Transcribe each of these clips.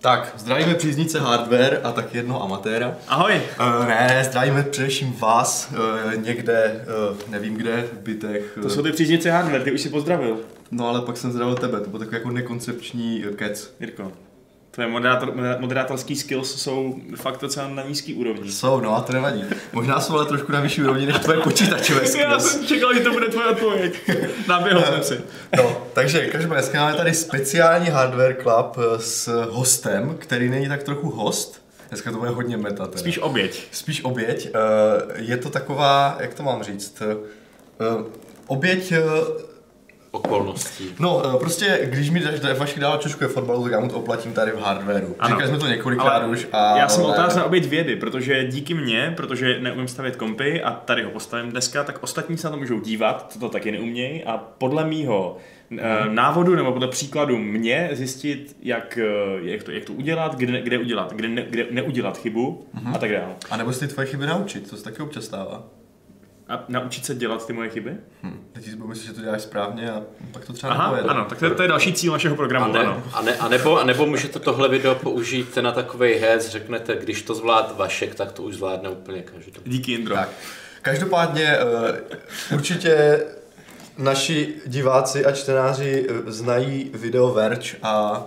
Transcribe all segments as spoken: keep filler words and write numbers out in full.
Tak, zdravíme příznivce hardware a tak jednoho amatéra. Ahoj. Uh, ne, zdravíme především vás uh, někde, uh, nevím kde, v bytech. Uh. To jsou ty příznivci hardware, ty už si pozdravil. No ale pak jsem zdravil tebe, to byl takový jako nekoncepční kec. Jirko, tvoje moderátor, moderátorský skills jsou fakt docela na nízký úrovni. Jsou, no a to nevadí. Možná jsou ale trošku na vyšší úrovni než tvoje počítačové skills. Já jsem čekal, že to bude tvoje odpověď. Naběhl jsem si. No, takže každopádně dneska máme tady speciální Hardware Club s hostem, který není tak trochu host. Dneska to bude hodně meta. Teda. Spíš oběť. Spíš oběť. Je to taková, jak to mám říct, oběť okolností. No, prostě, když mi dáš do Vašky dál čočkuje fotbalu, tak já mu to oplatím tady v hardwareu. Říkali jsme to několikrát už a... Já jsem otázal na oběť vědy, protože díky mně, protože neumím stavět kompy a tady ho postavím dneska, tak ostatní se na to můžou dívat, to, to taky neumějí a podle mýho hmm. návodu nebo podle příkladu mě zjistit, jak, jak, to, jak to udělat, kde, kde udělat, kde, ne, kde neudělat chybu hmm. a tak dále. A nebo si ty tvoje chyby naučit, to se taky občas stává. A naučit se dělat ty moje chyby? Hm. Teď si budu myslet, že to děláš správně a pak to třeba Aha, nepovede. Ano, tak to je, to je další cíl našeho programu. A, ne, ano. a, ne, a, nebo, a nebo můžete tohle video použít na takovej hec, řeknete, když to zvlád Vašek, tak to už zvládne úplně každý. Díky, Indro. Tak. Každopádně uh, určitě naši diváci a čtenáři znají video Verge a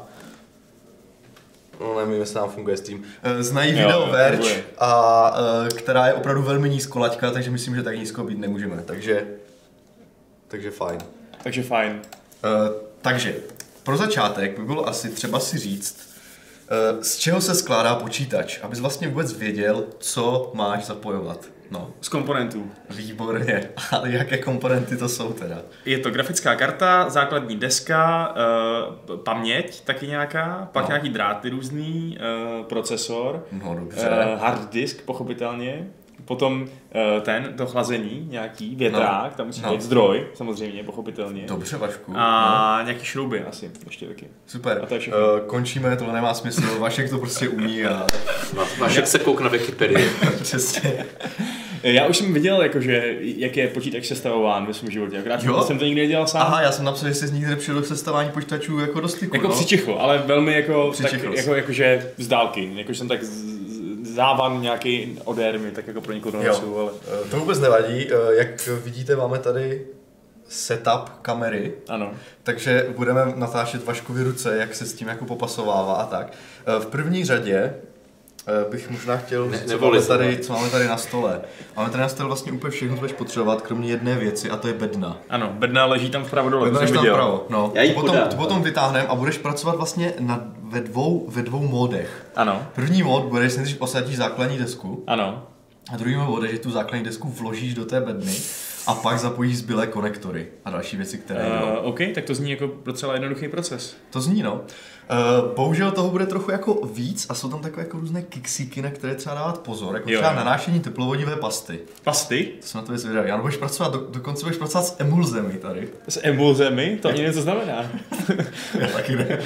no nevím, jestli nám funguje stream. Znají jo, video Verge, a která je opravdu velmi nízkolaťka, takže myslím, že tak nízko být nemůžeme. Takže, takže fajn. Takže fajn. Uh, takže pro začátek by bylo asi třeba si říct, uh, z čeho se skládá počítač, abys vlastně vůbec věděl, co máš zapojovat. No. Z komponentů. Výborně. Ale jaké komponenty to jsou teda? Je to grafická karta, základní deska, uh, paměť taky nějaká, pak no. nějaký dráty různý, uh, procesor, no, dobře. Uh, hard disk pochopitelně, potom uh, ten, to chlazení, nějaký větrák, no. tam musí no. být zdroj, samozřejmě, pochopitelně. Dobře, Vašku. A no. nějaký šrouby asi, ještě taky. Super. A to je uh, končíme, tohle nemá smysl, Vašek to prostě umí a... Vašek se kouk na Wikipedii. Přesně. Já už jsem viděl, jakože, jak je počítač sestavován ve svém životě, akorát jo? jsem to nikdy nedělal sám. Aha, já jsem napsal, že jsi nikdy nepřijel do sestavování počítačů jako do styku, Jako no? přičichl, ale velmi jako, tak, jako, jakože z dálky, jakože jsem tak z, závan nějaký odér mi tak jako pronikl do nosu, ale... To vůbec nevadí, jak vidíte, máme tady setup kamery, ano. Takže budeme natáčet Vaškovi ruce, jak se s tím jako popasovává a tak. V první řadě bych možná chtěl, ne, co, máme tady, co máme tady na stole. Máme tady na stole vlastně úplně všechno, co budeš potřebovat, kromě jedné věci, a to je bedna. Ano, bedna leží tam vpravo dole. Bedna leží tam vpravo, no. Já ji potom, podám, to potom vytáhneme a budeš pracovat vlastně na, ve, dvou, ve dvou módech. Ano. První mód bude, když nejdřív osadíš základní desku. Ano. A druhý mód je, že tu základní desku vložíš do té bedny a pak zapojíš zbylé konektory a další věci, které jdou. Uh, OK, tak to zní jako docela jednoduchý proces. To zní, no. Uh, bohužel toho bude trochu jako víc a jsou tam takové jako různé kiksíky, na které třeba dávat pozor, jako třeba nanášení teplovodivé pasty. Pasty? To jsem na to zvědavý. Já budeš pracovat, do, dokonce budeš pracovat s emulzemi tady. S emulzemi? To ani něco znamená. Já taky ne.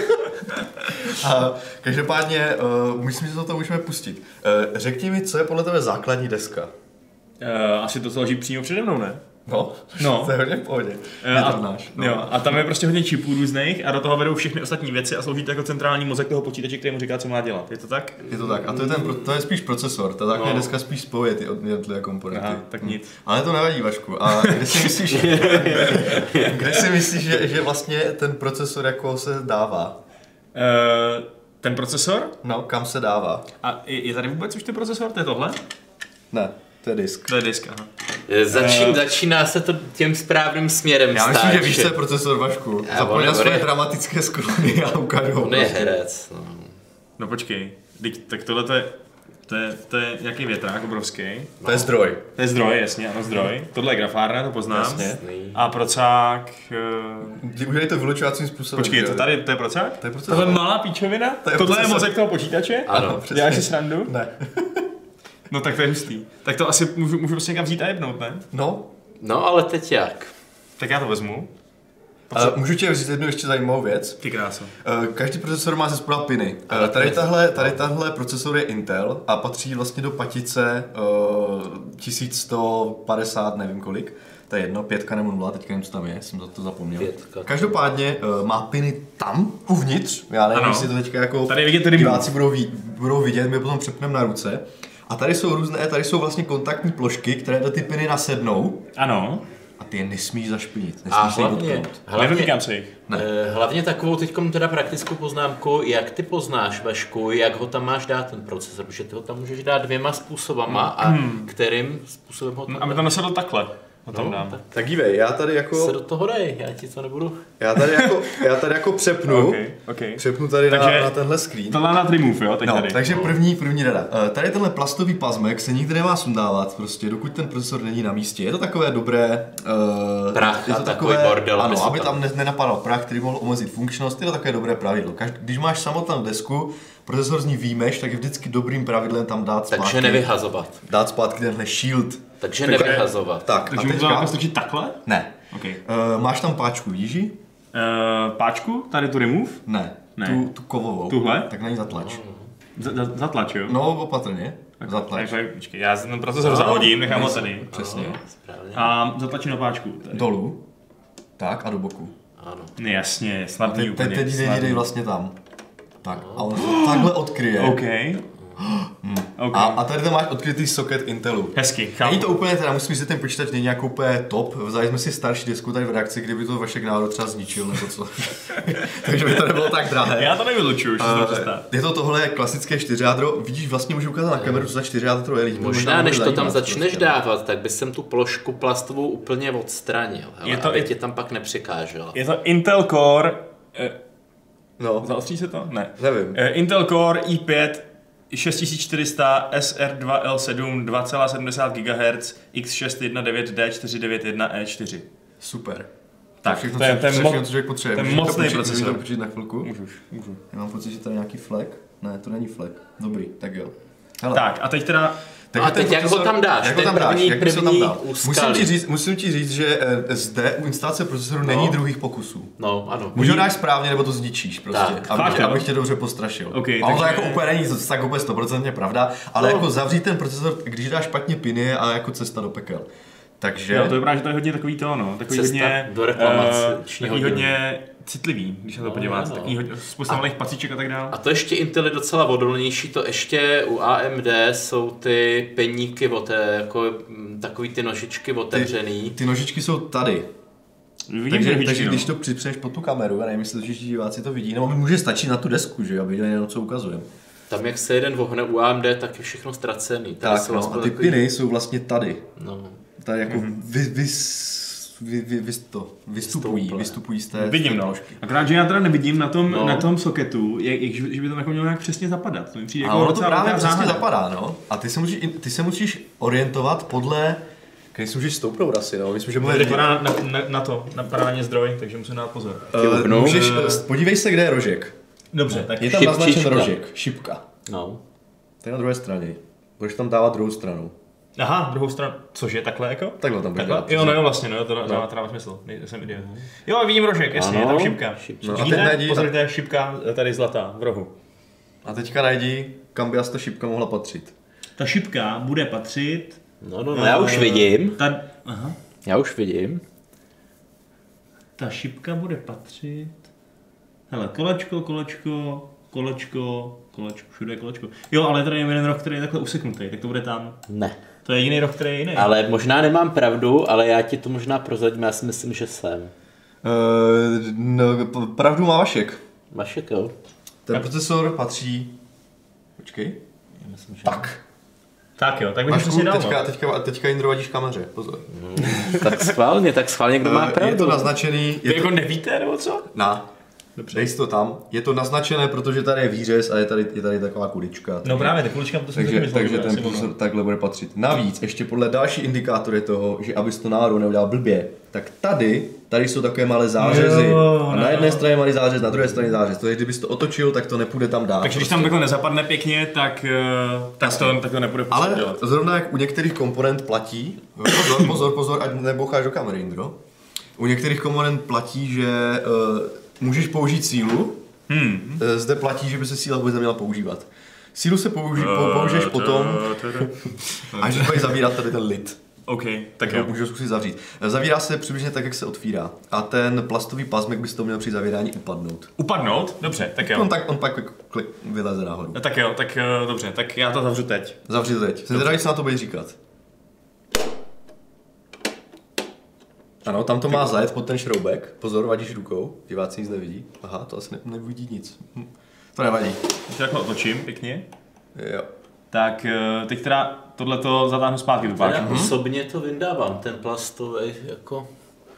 A každopádně, uh, myslím, že to tam můžeme pustit. Uh, řekni mi, co je podle tebe základní deska? Uh, asi to, co leží přímo přede mnou, ne? No, no. To je hodně v pohodě. A, no. Jo, a tam je prostě hodně čipů různých a do toho vedou všechny ostatní věci a slouží to jako centrální mozek toho počítače, který mu říká, co má dělat. Je to tak? Je to tak. A to je, ten, to je spíš procesor. Ta základní no. deska spíš spojuje ty jednotlivé komponenty. Aha, tak nic. Ale to nevadí, Vašku. A kde si myslíš, kde si myslíš že, že vlastně ten procesor jako se dává? Uh, ten procesor? No, kam se dává? A je, je tady vůbec už ten procesor? To je tohle? Ne. To je disk. To je disk, aha. Začín, uh, začíná se to tím správným směrem Já myslím, stáč. že víš, co je procesor, Vašku. Zapomněl na svoje dramatické sklony a ukážu ho. On je herec. No, no počkej, tak tohle to je, to je, to je nějaký větrák obrovský. To je zdroj. To je zdroj, jasně, ano, zdroj. Tohle je grafárna, to poznám. Jasně. A procák... Uh... Udělej to vylučovacím způsobem. Počkej, to tady, to je procák? To je procesor. Tohle malá píčovina? To je tohle procesor. Je mozek toho počítače? Ano, přesně. Děláš si srandu? Ne. No tak to je hustý. Tak to asi můžu, můžu prostě někam vzít a jebnout, ne? No. No ale teď jak? Tak já to vezmu. Uh, můžu tě říct jednu ještě zajímavou věc. Ty krása. Uh, každý procesor má ze spoda piny. Uh, tady, tahle, tady tahle procesor je Intel a patří vlastně do patice uh, tisíc sto padesát, nevím kolik. To je jedno, pětka nebo nula, teďka nevím, co tam je, jsem za to zapomněl. Pětka. Každopádně uh, má piny tam, uvnitř, já nevím, jestli to teďka jako tady vidět, tady diváci budou, ví, budou vidět, my potom přepneme na ruce. A tady jsou různé, tady jsou vlastně kontaktní plošky, které do ty piny nasednou. Ano. A ty je nesmíš zašpinit, nesmíš a se hlavně, hlavně, se jich. Ne. hlavně takovou teďkom teda praktickou poznámku, jak ty poznáš, Vašku, jak ho tam máš dát ten procesor, protože ty ho tam můžeš dát dvěma způsobama a hmm. kterým způsobem ho tam Aby to nasedl takhle. No, tam dám. Tak, tak dívej, já tady jako... Se do toho dej, já ti to nebudu... Já tady jako, já tady jako přepnu, okay, okay. přepnu tady na, na tenhle screen. Tohle na remove, jo, teď no, tady. Takže první, první rada. Tady tenhle plastový pazmek se nikdy nemá sundávat, prostě, dokud ten procesor není na místě. Je to takové dobré... Uh, prach je to a takové, takový bordel. Ano, aby tam ne, nenapadal prach, který mohl omezit funkčnost, je to takové dobré pravidlo. Každý, když máš samotnou desku, procesor z ní výjmeš, tak je vždycky dobrým pravidlem tam dát zpátky. Takže nevyhazovat. Dát zpátky tenhle shield. Takže nevyhazovat. Tak, takže můžu to strčit takhle? Ne. Okay. Uh, máš tam páčku, vidíš ji? Uh, páčku? Tady tu remove? Ne, ne. Tu, tu kovovou. Tuhle? Tak na ní zatlač. Z, zatlač, jo? No, opatrně. Zatlač. Tak, počkej, já ten procesor no, zahodím, nechám ho tady. Přesně. No, a zatlačím na páčku. Tady. Dolů. Tak a do boku. Ano. Jasně, snadný te, úplně. Teď dej, dej vlastně tam. Tak a on to takhle odkryje. OK. Hmm. Okay. A, a tady tam máš odkrytý socket Intelu. Hezky, chápu. Není to úplně, teda musím si ten počítač není nějak úplně top. Vzali jsme si starší disku tady v redakci, kdyby to Vašek náhodou třeba zničil nebo co. Takže by to nebylo tak drahé. Já to nevylučuju, že uh, to je to tohle klasické čtyřjádro. Vidíš, vlastně můžu ukázat na kameru, co za čtyřjádro je. Možná, než to tam začneš prostě dávat, tak bys sem tu plošku plastovou úplně odstranil. Hele, je to, aby tě tam pak nepřekážela. Je to Intel Core... Eh, no. Zaostří se to? Ne. Nevím. Eh, Intel Core i pět šest tisíc čtyři sta S R dva L sedm dva celá sedmdesát gigahertzů X šest jedna devět D čtyři devět jedna E čtyři. Super. Tak, všechno, to je ten mo- člověk potřebuje. Ten mocný procesor. Můžu to počít na chvilku? Můžu, můžu. Já mám pocit, že tady je nějaký flek. Ne, to není flek. Dobrý, tak jo. Hele. Tak a teď teda... Tak a teď jak ho tam dáš? Jak ho tam první, dáš? první tam musím, ti říct, musím ti říct, že zde u instalace procesoru no. není druhých pokusů. No, ano. Můžu ho dáš správně, nebo to zničíš prostě, tak, abych, abych tě dobře postrašil. Okay, a ono to jako úplně není, to tak úplně sto procent pravda, ale no. jako zavřít ten procesor, když dáš špatně pin, je a jako cesta do pekel. Takže... Jo, to vypadá, že to je hodně takový to, no. Takový cesta hodně... do reklamace. Uh, takový hodně citlivý, když se to no, podíváte. No. Takový hodně, spousta malých pacíček a tak dále. A to ještě Intel je docela odolnější, to ještě u A M D jsou ty peníky, té, jako takový ty nožičky otevřený. Ty, ty nožičky jsou tady. Vidím, takže vidíš, takže no. když to připřeš pod tu kameru, já nevím, jestli diváci to vidí, nebo může stačit na tu desku, že aby viděli, co ukazujeme. Tam jak se jeden vohne u A M D, tak je všechno ztracený. Tady tak, no, a ty takový... piny jsou vlastně tady. No. Tady jako mm-hmm. vy, vy, vy, vy, vy to, vystupují, Vystouple. vystupují z té vidím, no. Akorát, že já teda nevidím na tom, no. na tom soketu, jak, jak, že by to jako mělo nějak přesně zapadat. To mi přijde a jako ono to právě přesně zapadá, no. A ty se musíš, ty se musíš orientovat podle, když si můžeš stoupnout asi, no. Myslím, že může na, na, na, na to, na parádně zdroj, takže musím dát pozor. Uh, no. můžeš, podívej se, kde je rožek. Dobře, tak je tam šip, naznačen šička. rožek, šipka. No. To je na druhé straně. Budeš tam dávat druhou stranu. Aha, druhou stranu. Cože, takhle jako? Takhle tam budeš dát. Jo, no jo, vlastně, no, to dává no. smysl. Jsem idiot. Jo, vidím rožek, jasně, je tam šipka. No, vidíte? Pozorujte, šipka tady zlatá, v rohu. A teďka najdi, kam by asi ta šipka mohla patřit. Ta šipka bude patřit... No, no, no, já už vidím. Ta... Aha. Já už vidím. Ta šipka bude patřit... Hele, kolečko, kolečko, kolečko, kolečko, všude je kolečko. Jo, ale tady je jeden roh, který je takhle useknutý, tak to bude tam. Ne. To je jediný roh, který je jiný. Ale možná nemám pravdu, ale já ti to možná prozradím, já si myslím, že jsem. Uh, no, pravdu má Vašek. Vašek, jo. Ten procesor patří... Počkej. Já myslím, že tak. Tak jo, tak bych Vašku, si dal. teďka, teďka, teďka Jindro vadíš kameře, pozor. Hmm, tak schválně, tak schválně, kdo má pravdu. Je to naznačený... Je Vy to... jako nevíte, nebo co? Na. Dobře. Dej si to tam. Je to naznačené, protože tady je výřez a je tady, je tady taková kulička. Takže, no právě, ta kulička, to jsem takže, myslel, takže ten procesor takhle bude patřit. Navíc, ještě podle další indikátory toho, že abys to náhodou neudělal blbě, tak tady, tady jsou takové malé zářezy. No, a na jedné no. straně malý zářez, na druhé straně zářez. To je, kdybys to otočil, tak to nepůjde tam dát. Takže když tam takhle nezapadne pěkně, tak, tak, to, tak to nepůjde ale dělat. Zrovna jak u některých komponent platí, pozor, pozor, pozor, ať neboucháš do kamery, Indro. U některých komponent platí, že uh, můžeš použít sílu, hmm. uh, zde platí, že by se síla vůbec neměla používat. Sílu se použi- uh, použiješ potom, až budeš zavírat tady ten lid. OK, tak jo. Můžu zkusit zavřít. Zavírá se přibližně tak, jak se otvírá. A ten plastový pásmek by z toho měl při zavírání upadnout. Upadnout? Dobře, tak jo. On, tak, on pak klik, vyleze nahoru. No, tak jo, tak uh, dobře, tak já to zavřu teď. Zavři to teď. Jsem zvědavý, co na to budeš říkat. Ano, tam to má zajet pod ten šroubek. Pozor, vadíš rukou. Diváci nic nevidí. Aha, to asi ne, nevidí nic. Hm. To nevadí. Když takhle otočím pěkně. Jo. Tak teď teda tohleto zatáhnu zpátky do páčku. Já osobně to vyndávám, ten plastový jako...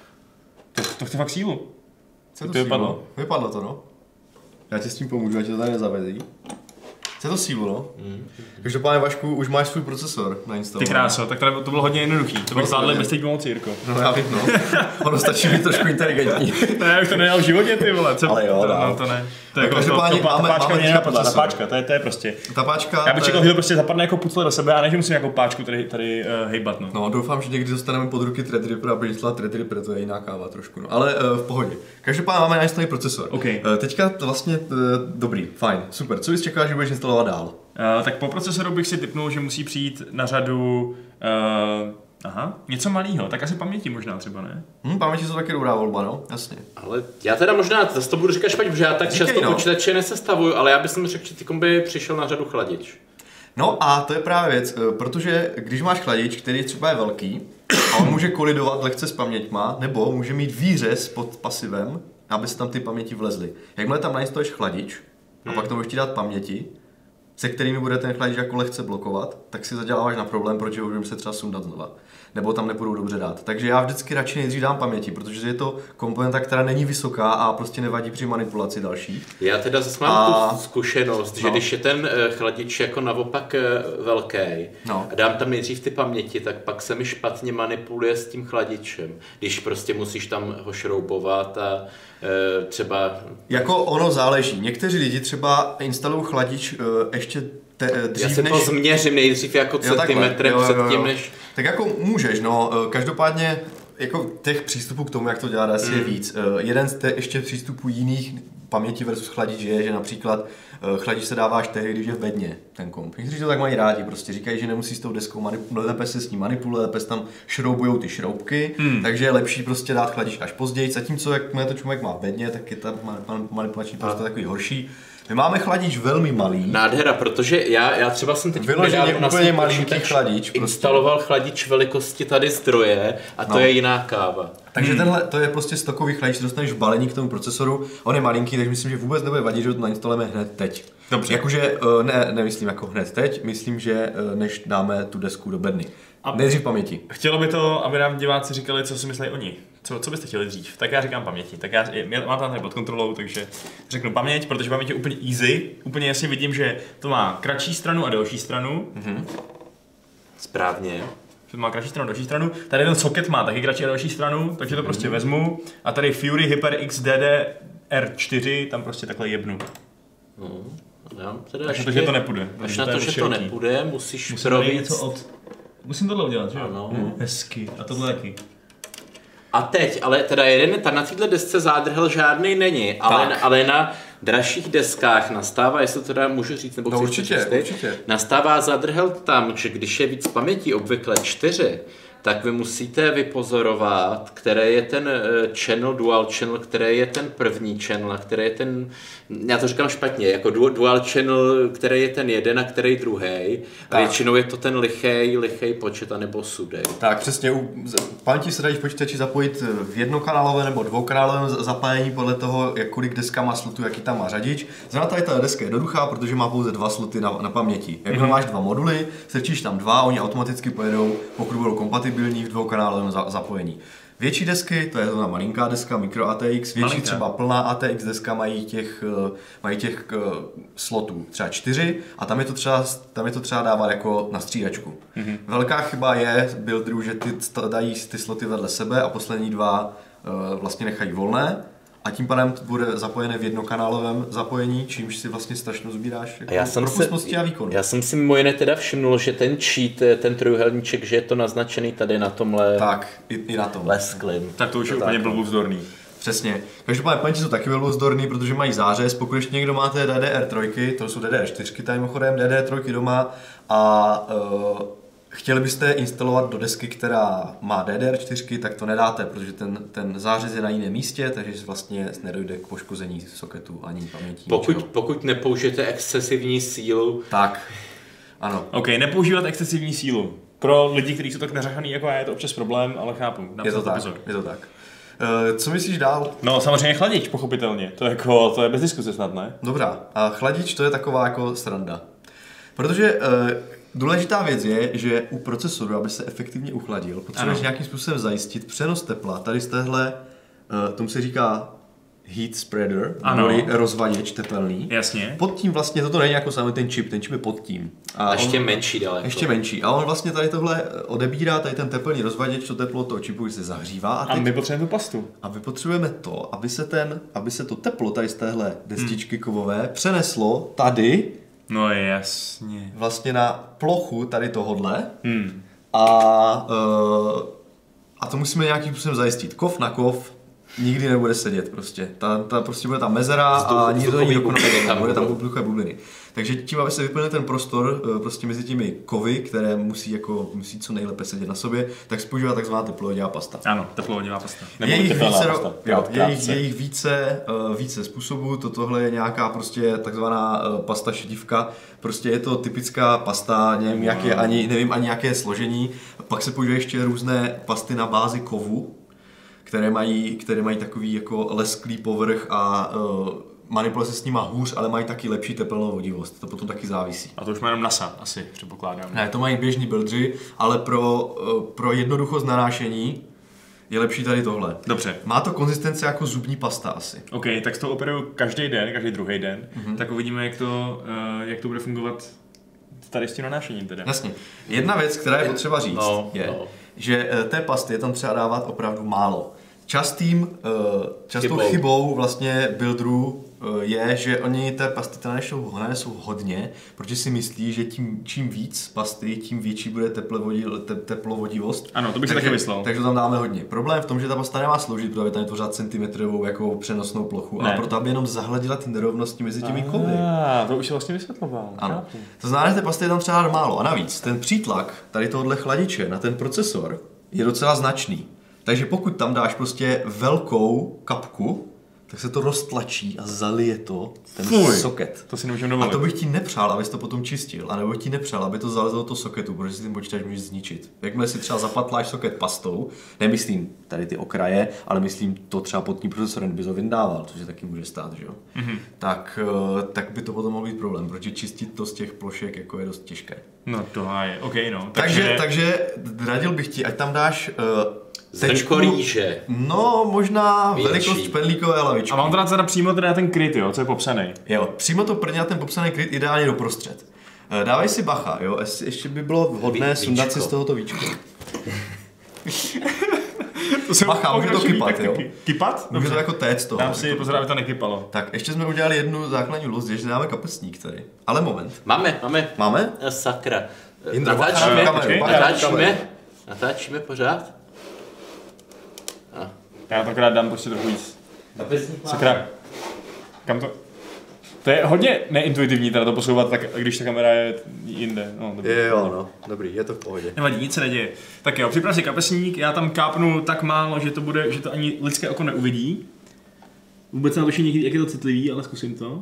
To, to chce fakt sílu. Co to, to vypadlo? Vypadlo to, no. Já ti s tím pomůžu, ať ti to tady nezavedí. Chce to sílu, no. Mm. Každopádně, Vašku, už máš svůj procesor nainstalovaný. Ty kráso, tak tady to bylo hodně jednoduchý. To bych zvládl bez teď pomoci, Jirko. No já vím, no. Ono stačí být trošku inteligentní. Ne, už to nedělal v životě, ty vole. Co? Ale jo, to, no. to ne. To je jako, každopádně to, to, máme, ta páčka máme mě nenapadla, ta procesor. páčka, to je, to je prostě. Ta páčka... Já bych čekal, je... že to prostě zapadne jako pucle do sebe, a ne, že musím jako páčku tady, tady uh, hejbat, no. No, doufám, že někdy dostaneme pod ruky Threadripper a budeš dělat Threadripper, to je jiná káva trošku, no. Ale uh, v pohodě. Každopádně máme nainstalovaný procesor. Okay. Uh, teďka to vlastně uh, dobrý, fajn, super. Co bys čekal, že budeš instalovat dál? Uh, tak po procesoru bych si tipnul, že musí přijít na řadu uh, aha, něco malého, tak asi paměti možná třeba, ne? Hm, paměti jsou taky dobrá volba, no, jasně. Ale já teda možná, zase to budu říkat špatně, protože já tak Říkej, často no. počítače nesestavuju, ale já bych si řekl, že ty by přišel na řadu chladič. No a to je právě věc, protože když máš chladič, který třeba je velký, a on může kolidovat lehce s paměťma, nebo může mít výřez pod pasivem, aby se tam ty paměti vlezly. Jakmile tam nainstaluješ chladič, a pak to můžeš ti dát paměti, se kterými bude ten chladič jako lehce blokovat, tak si zaděláváš na problém, protože budeme se třeba sundat znova. Nebo tam nebudou dobře dát. Takže já vždycky radši nejdřív dám paměti, protože je to komponenta, která není vysoká a prostě nevadí při manipulaci další. Já teda zase mám a... tu zkušenost, že no. když je ten chladič jako naopak velký no. a dám tam nejdřív ty paměti, tak pak se mi špatně manipuluje s tím chladičem. Když prostě musíš tam ho šroubovat a e, třeba... Jako ono záleží. Někteří lidi třeba instalují chladič e, ještě te, dřív Já se než... to změřím nejdřív jako centimetrem před tím, než... Tak jako můžeš, no, každopádně jako těch přístupů k tomu, jak to dělat, asi mm. je víc. Jeden z těch ještě přístupů jiných paměti versus chladič je, že například chladič se dáváš tehdy, když je v bedně, ten komp. Někteří to tak mají rádi, prostě říkají, že nemusí s tou deskou manipulovat, lépe se s ním manipuluje, lépe se tam šroubujou ty šroubky, mm. takže je lepší prostě dát chladič až později, zatímco jak to člověk má v bedně, tak je ta manipulační prostor takový horší. My máme chladič velmi malý. Nádhera, protože já, já třeba jsem teď vyloženě úplně malinký chladič. Instaloval prostě. Chladič velikosti tady zdroje a to no. je jiná káva. Takže hmm. tenhle, to je prostě stokový chladič, dostaneš v balení k tomu procesoru, on je malinký, takže myslím, že vůbec nebude vadit, že to nainstalujeme hned teď. Dobře. Jakože, ne, nemyslím jako hned teď, myslím, že než dáme tu desku do bedny. A nejdřív paměti. Chtělo by to, aby nám diváci říkali, co si myslí oni. Co, co byste chtěli dřív? Tak já říkám paměti. Tak já mám tam tady pod kontrolou, takže řeknu paměť, protože paměť je úplně easy. Úplně jasně vidím, že to má kratší stranu a delší stranu. Mm-hmm. Správně. To má kratší stranu a delší stranu. Tady ten socket má taky kratší a delší stranu, takže to prostě mm-hmm. vezmu. A tady Fury HyperX D D R čtyři tam prostě takhle jebnu. Mm. Já teda takže to, že to nepůjde. Až na to, že to nepůjde, musíš Musím provít... něco od... Musím tohle udělat, že jo? Ano. Hmm. Hezky. A tohle taky. A teď, ale teda jeden, ta na této desce zádrhel žádný není, ale, ale na dražších deskách nastává, jestli to teda můžu říct, nebo no, chci určitě, říct, určitě. Nastává zádrhel tam, že když je víc paměti, obvykle čtyři, tak vy musíte vypozorovat, který je ten channel, dual channel, který je ten první channel a který je ten, já to říkám špatně, jako dual channel, který je ten jeden a který druhý. A většinou je to ten lichej, lichej počet anebo sudej. Tak přesně, u paměti se dají v počítači zapojit v jednokanálové nebo dvoukanálovém zapájení podle toho, jak kolik deska má slotů, jaký tam má řadič. Znamená tady ta deska je jednoduchá, protože má pouze dva sloty na, na paměti. Jak mm-hmm. máš dva moduly, strčíš tam dva, oni automaticky pojedou, pokud budou kompatibilní v dvoukanálovém za, zapojení. Větší desky, to je to malinká deska, micro A T X, větší Malinká. Třeba plná A T X deska mají těch, mají těch uh, slotů třeba čtyři a tam je to třeba, tam je to třeba dávat jako na střídačku. Mm-hmm. Velká chyba je builderů, že ty dají ty sloty vedle sebe a poslední dva uh, vlastně nechají volné a tím pádem bude zapojené v jednokanálovém zapojení, čímž si vlastně strašně sbíráš jako já jsem propustnosti si, a výkonu. Já jsem si mimo jiné teda všimnul, že ten cheat, ten trojuhelníček, že je to naznačený tady na tomhle tak, i, i na tom. lesklým. Tak to už je to úplně blbůvzdorný. Přesně. Každopádně paměti jsou taky blbůvzdorný, protože mají zářez. Pokud ještě někdo máte D D R tři, to jsou D D R čtyři mimochodem, D D R tři doma a uh, chtěli byste instalovat do desky, která má D D R čtyři, tak to nedáte, protože ten, ten zářez je na jiném místě, takže vlastně nedojde k poškození soketu ani paměti. Pokud, pokud nepoužijete excesivní sílu. Tak, ano. OK, nepoužívat excesivní sílu. Pro lidi, kteří jsou tak nařachaný jako já, je to občas problém, ale chápu. Je to, tak, pozor. je to tak. Uh, co myslíš dál? No samozřejmě chladič, pochopitelně. To je, jako, to je bez diskuse snad, ne? Dobrá. A chladič to je taková jako sranda. Protože uh, důležitá věc je, že u procesoru, aby se efektivně uchladil, potřebuješ nějakým způsobem zajistit přenos tepla. Tady z téhle, uh, tomu se říká heat spreader, nebo rozvaděč tepelný. Jasně. Pod tím vlastně, toto není jako samý ten čip, ten čip je pod tím. A ještě on, menší daleko. Ještě menší. A on vlastně tady tohle odebírá, tady ten tepelný rozvaděč, to teplo toho čipu se zahřívá. A, a my potřebujeme tu pastu. A my potřebujeme to, aby se, ten, aby se to teplo tady z téhle destičky hmm. kovové přeneslo tady. No jasně. Vlastně na plochu tady tohodle. Hmm. A, uh, a to musíme nějakým způsobem zajistit. Kov na kov nikdy nebude sedět prostě. Ta, ta prostě bude tam mezera vzduch, a nikdy to není dokonalé, bude tam vzduchové bubliny. Takže tím, aby se vyplnil ten prostor prostě mezi těmi kovy, které musí jako musí co nejlépe sedět na sobě, tak se používá takzvaná teplovodivá pasta. Ano, teplovodivá pasta. Nebo je jich více, pasta. Jo, je jich, je jich více, uh, více způsobů. To tohle je nějaká prostě takzvaná uh, pasta šedivka. Prostě je to typická pasta, nevím, jak je ani, nevím ani jaké je složení. Pak se používají ještě různé pasty na bázi kovu, které mají, které mají takový jako lesklý povrch a uh, manipuluje se s nima hůř, ale mají taky lepší tepelnou vodivost. To potom taky závisí. A to už má jenom NASA, asi předpokládám. Ne, to mají běžní buildři, ale pro, uh, pro jednoduchost nanášení je lepší tady tohle. Dobře. Má to konzistenci jako zubní pasta asi. OK, tak to operuju každý den, každý druhý den, mm-hmm. tak uvidíme, jak to, uh, jak to bude fungovat tady s tím nanášením teda. Jasně. Jedna věc, která je potřeba říct, no, je, no. že té pasty je tam třeba dávat opravdu málo. Častým, častou chybou, chybou vlastně builderů je, že oni té pasty tam nanesou, nanesou hodně, protože si myslí, že tím, čím víc pasty, tím větší bude te, teplovodivost. Ano, to bych si taky myslel. Takže tam dáme hodně. Problém v tom, že ta pasta nemá sloužit, protože tam je pořád centimetrovou jako přenosnou plochu, ne. A proto aby jenom zahladila ty nerovnosti mezi těmi kovy. To už si vlastně vysvětloval. Ano. To znamená, že té pasty je tam třeba málo. A navíc ten přítlak tady tohohle chladiče na ten procesor je docela značný. Takže pokud tam dáš prostě velkou kapku, tak se to roztlačí a zalije to ten Fuj, soket. To si nemůžeme dovolit. A to bych ti nepřál, abys to potom čistil, a nebo bych ti nepřál, aby to zalezlo do soketu, protože si ten počítač můžeš zničit. Jakmile si třeba zapatláš soket pastou, nemyslím tady ty okraje, ale myslím to třeba pod tím procesorem, kdyby to vyndával, což se taky může stát, že jo? Mm-hmm. Tak, tak by to potom mohl být problém, protože čistit to z těch plošek jako je dost těžké. No to je, OK, no. Takže, takže, takže radil bych ti, ať tam dáš uh, Tečku rýže. No, možná Větší. velikost špendlíkové lavičky. A mám teda teda přímo teda ten kryt, jo, co je popsaný. Jo, přímo to prvně ten popsaný kryt ideálně doprostřed. Dávej si bacha, jo, ještě by bylo vhodné sundat si z tohoto víčko. To bacha, může to kypat, jo. Kypat? Může to jako téct toho. Dám si pozor, aby to nekypalo. Tak, ještě jsme udělali jednu základní luz, že dáme kapesník tady. Ale moment. Máme, máme. Máme? Sakra. Jindra, natáčíme, kameru, natáčíme, natáčíme pořád. Já to krát dám prostě trochu víc. Sakra. Kam to? To je hodně neintuitivní teda to posouvat, tak když ta kamera je jinde. No, dobrý. Je, jo, no, dobrý, je to v pohodě. Nevadí, nic se neděje. Tak jo, připrav si kapesník, já tam kápnu tak málo, že to bude, že to ani lidské oko neuvidí. Vůbec se natočím někdy, jak je to citlivý, ale zkusím to.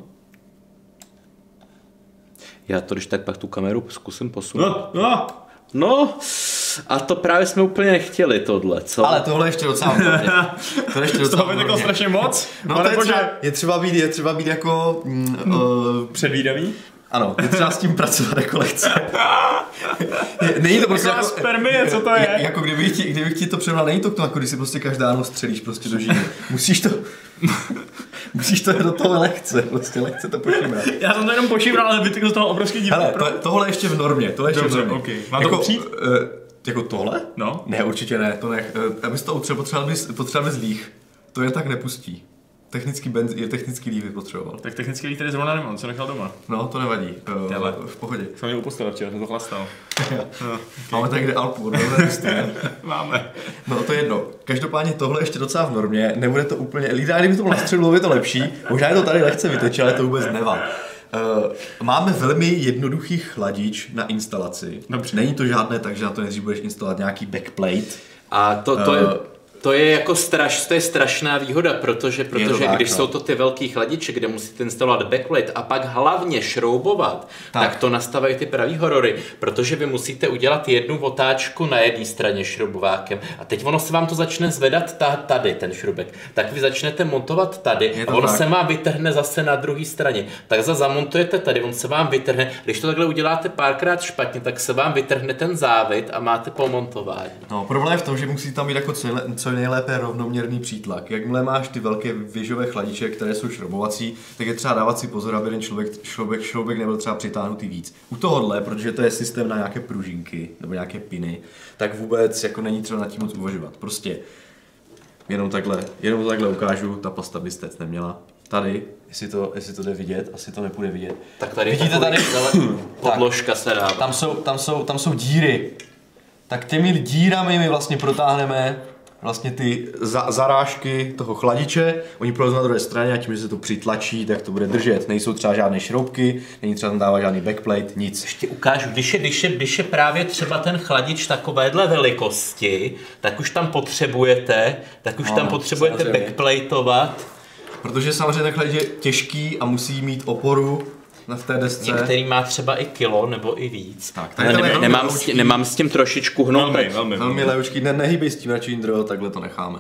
Já to když tak pak tu kameru zkusím posunout. No, no. No, a to právě jsme úplně nechtěli tohle, co? Ale tohle ještě docela hodně. To ještě docela hodně. Z toho strašně moc? No to je, třeba, je, třeba být, je třeba být jako... Mm, uh, předvídavý? Ano, je třeba s tím pracovat jako lehce. Není to prostě jako... jako spermie, co to je? Jako kdybych ti, kdybych ti to převnal, není to k tomu, jako když si prostě každá noc střelíš prostě do žíly. Musíš to... Musíš to do toho lehce, prostě lehce to pošimrat. Já jsem to jenom pošimral, ale vytykl z toho obrovský díl. Hele, to, tohle ještě v normě, tohle ještě Dobře, v normě. Okay. Mám jako, to přijít? Uh, jako tohle? No. Ne, určitě ne, to nech. Uh, abys to potřeboval bys, potřeboval bys líh. To je tak nepustí. technický benz, je technický líh potřeboval. Tak technický líh tady zrovna nemám, co nechal doma. No, to nevadí. Těle. V pohodě. Jsem měl upostele včera, jsem to chlastal. no, okay. Máme tady kde Alpu, Máme. No to je jedno. Každopádně tohle ještě docela v normě, nebude to úplně, lidé, kdyby to bylo na středu, je to lepší. Možná je to tady lehce vytočí, ale to vůbec nevá. Uh, máme velmi jednoduchý chladič na instalaci. Dobře. Není to žádné, takže na to nejdřív budeš instalovat nějaký backplate. A to, to, uh, je, to je jako straš, to je strašná výhoda, protože, protože tak, když no. jsou to ty velký chladiče, kde musíte instalovat backplate a pak hlavně šroubovat, tak, tak to nastavují ty pravý horory, protože vy musíte udělat jednu otáčku na jedné straně šroubovákem a teď ono se vám to začne zvedat tady, ten šrubek. Tak vy začnete montovat tady a ono tak. se vám vytrhne zase na druhé straně. Tak za zamontujete tady, on se vám vytrhne. Když to takhle uděláte párkrát špatně, tak se vám vytrhne ten závit a máte pomontování. No, problém je v tom, že musí tam být jako co nejlépe rovnoměrný přítlak. Jakmile máš ty velké věžové chladiče, které jsou šroubovací, tak je třeba dávat si pozor, aby ten člověk, šroubek, šroubek nebyl třeba přitáhnutý víc. U tohohle, protože to je systém na nějaké pružinky nebo nějaké piny, tak vůbec jako není třeba nad tím moc uvažovat. Prostě jenom takhle, jenom to takhle ukážu, ta pasta by stec neměla. Tady, jestli to, jestli to jde vidět, asi to nepůjde vidět. Tak tady vidíte tady, podložka se dá. Tam jsou, tam jsou, tam jsou díry. Tak těmi dírami my vlastně protáhneme vlastně ty za, zarážky toho chladiče, oni prolezou na druhé straně a tím, že se to přitlačí, tak to bude držet. Nejsou třeba žádné šroubky, není třeba tam dávat žádný backplate, nic. Ještě ukážu, když je, když je, když je právě třeba ten chladič takovéhle velikosti, tak už tam potřebujete, tak už no, tam potřebujete samozřejmě backplateovat. Protože samozřejmě ten chladič je těžký a musí mít oporu na té desce. Některý má třeba i kilo nebo i víc. Tak, ale ne, nemám, s tím, nemám s tím trošičku hnout. Velmi, velmi, velmi lehoučký, ne, nehýbej s tím radši Indro, takhle to necháme.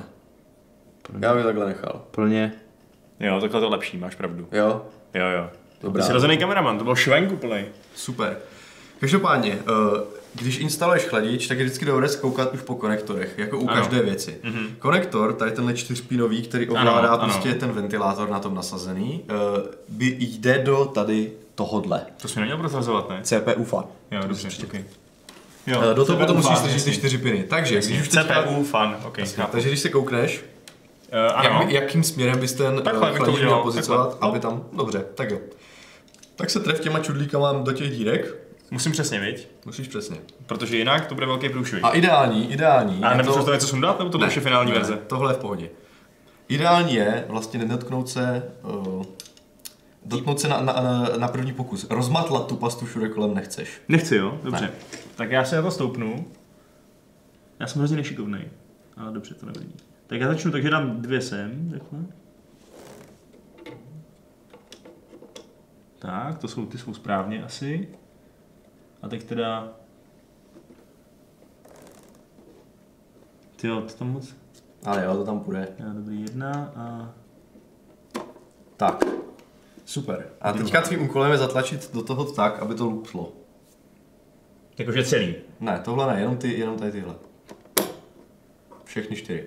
Já bych takhle nechal. Plně. Jo, takhle to lepší, máš pravdu. Jo? Jo, jo. Dobrá. Ty jsi rozený kameraman, to byl švenk úplnej. Super. Každopádně, když instaluješ chladič, tak je vždycky dobré zkoukat už po konektorech, jako u ano. každé věci. Mm-hmm. Konektor, tady tenhle čtyřpinový, který ovládá ano, prostě ano. ten ventilátor na tom nasazený, by jde do tady tohodle. To jsi neměl prozrazovat, ne? C P U fan. Jo, dobře, okay. Jo, do toho potom musíš složit ty čtyři piny. Takže, když už C P U fan, ok. Takže když se koukneš, uh, jak, jakým směrem bys ten chladič měl pozicovat, aby tam, dobře, tak jo. Tak se tref těma čudlíkama do těch dírek. Musím přesně, viď? Musíš přesně. Protože jinak to bude velký průšvih. A ideální, ideální. A nebo to... to něco sundat, nebo to ne, už je finální ne, verze? Tohle je v pohodě. Ideální je vlastně nedotknout se, uh, dotknout se na, na, na, na první pokus. Rozmatlat tu pastu všude kolem nechceš. Nechci, jo? Dobře. Ne. Tak já se na to stoupnu. Já jsem hrozně nešikovnej, ale dobře, to nevadí. Tak já začnu, takže dám dvě sem, takhle. Tak, to jsou, ty jsou správně asi. A teď teda... Tyjo, to tam moc... Ale jo, to tam půjde. Já, dobrý, jedna a... Tak. Super. A teďka tvým úkolem je zatlačit do toho tak, aby to luplo. Jakože celý? Ne, tohle ne, jenom, ty, jenom tady tyhle. Všechny čtyři.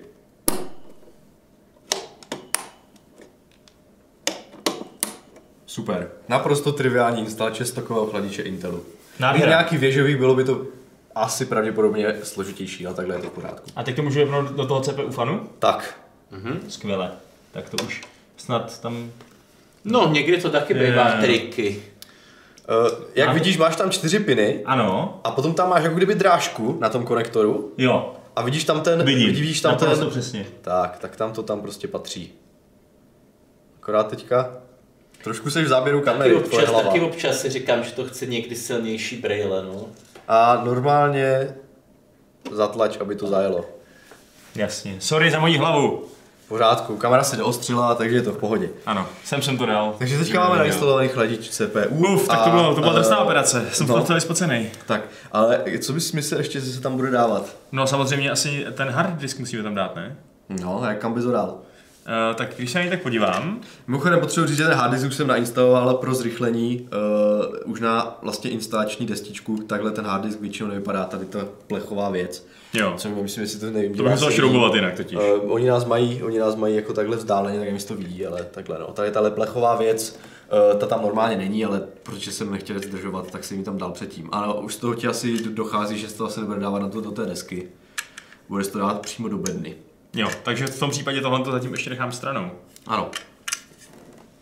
Super. Naprosto triviální instalace stokového chladiče Intelu. Kdyby nějaký věžový, bylo by to asi pravděpodobně složitější, ale takhle je to v pořádku. A teď to můžu jevnout do toho C P U fanu? Tak. Mhm. Skvěle. Tak to už snad tam... No, někdy to taky bývá je... triky. Uh, jak a... vidíš, máš tam čtyři piny. Ano. A potom tam máš jako kdyby drážku na tom konektoru. Jo. A vidíš tam ten... Vidím. Vidíš tam ten... To přesně. Tak, tak tam to tam prostě patří. Akorát teďka... Trošku seš v záběru kamery, taky občas, hlava. Taky občas si říkám, že to chce někdy silnější brejle, no. A normálně zatlač, aby to zajelo. Jasně. Sorry za moji hlavu. V pořádku, kamera se neostřila, takže je to v pohodě. Ano, sem jsem to dal. Takže teďka máme nainstalovaný chladič C P U. Uf, tak to bylo, to byla drsná operace, jsem no. to vyspocený. Tak, ale co bys myslel ještě, že se tam bude dávat? No samozřejmě asi ten hard disk musíme tam dát, ne? No, jak kam bys ho dal? Uh, tak když se na něj tak podívám... Mimochodem potřebuji říct, že ten hard disk už jsem nainstaloval pro zrychlení uh, už na vlastně instalační destičku, takhle ten hard disk většinou nevypadá, tady ta plechová věc. Jo. Co myslím, jestli to nevím. To bych musel šroubovat jinak totiž. Uh, oni, nás mají, oni nás mají jako takhle vzdáleně, tak jim to vidí, ale takhle no. Tady tahle plechová věc, uh, ta tam normálně není, ale protože jsem nechtěl zdržovat, tak jsem ji tam dal předtím. A už z toho ti asi dochází, že se to asi nebude dávat na to, do té desky. Bude se to dávat přímo do bedny. Jo, takže v tom případě tohle to zatím ještě nechám stranou. Ano.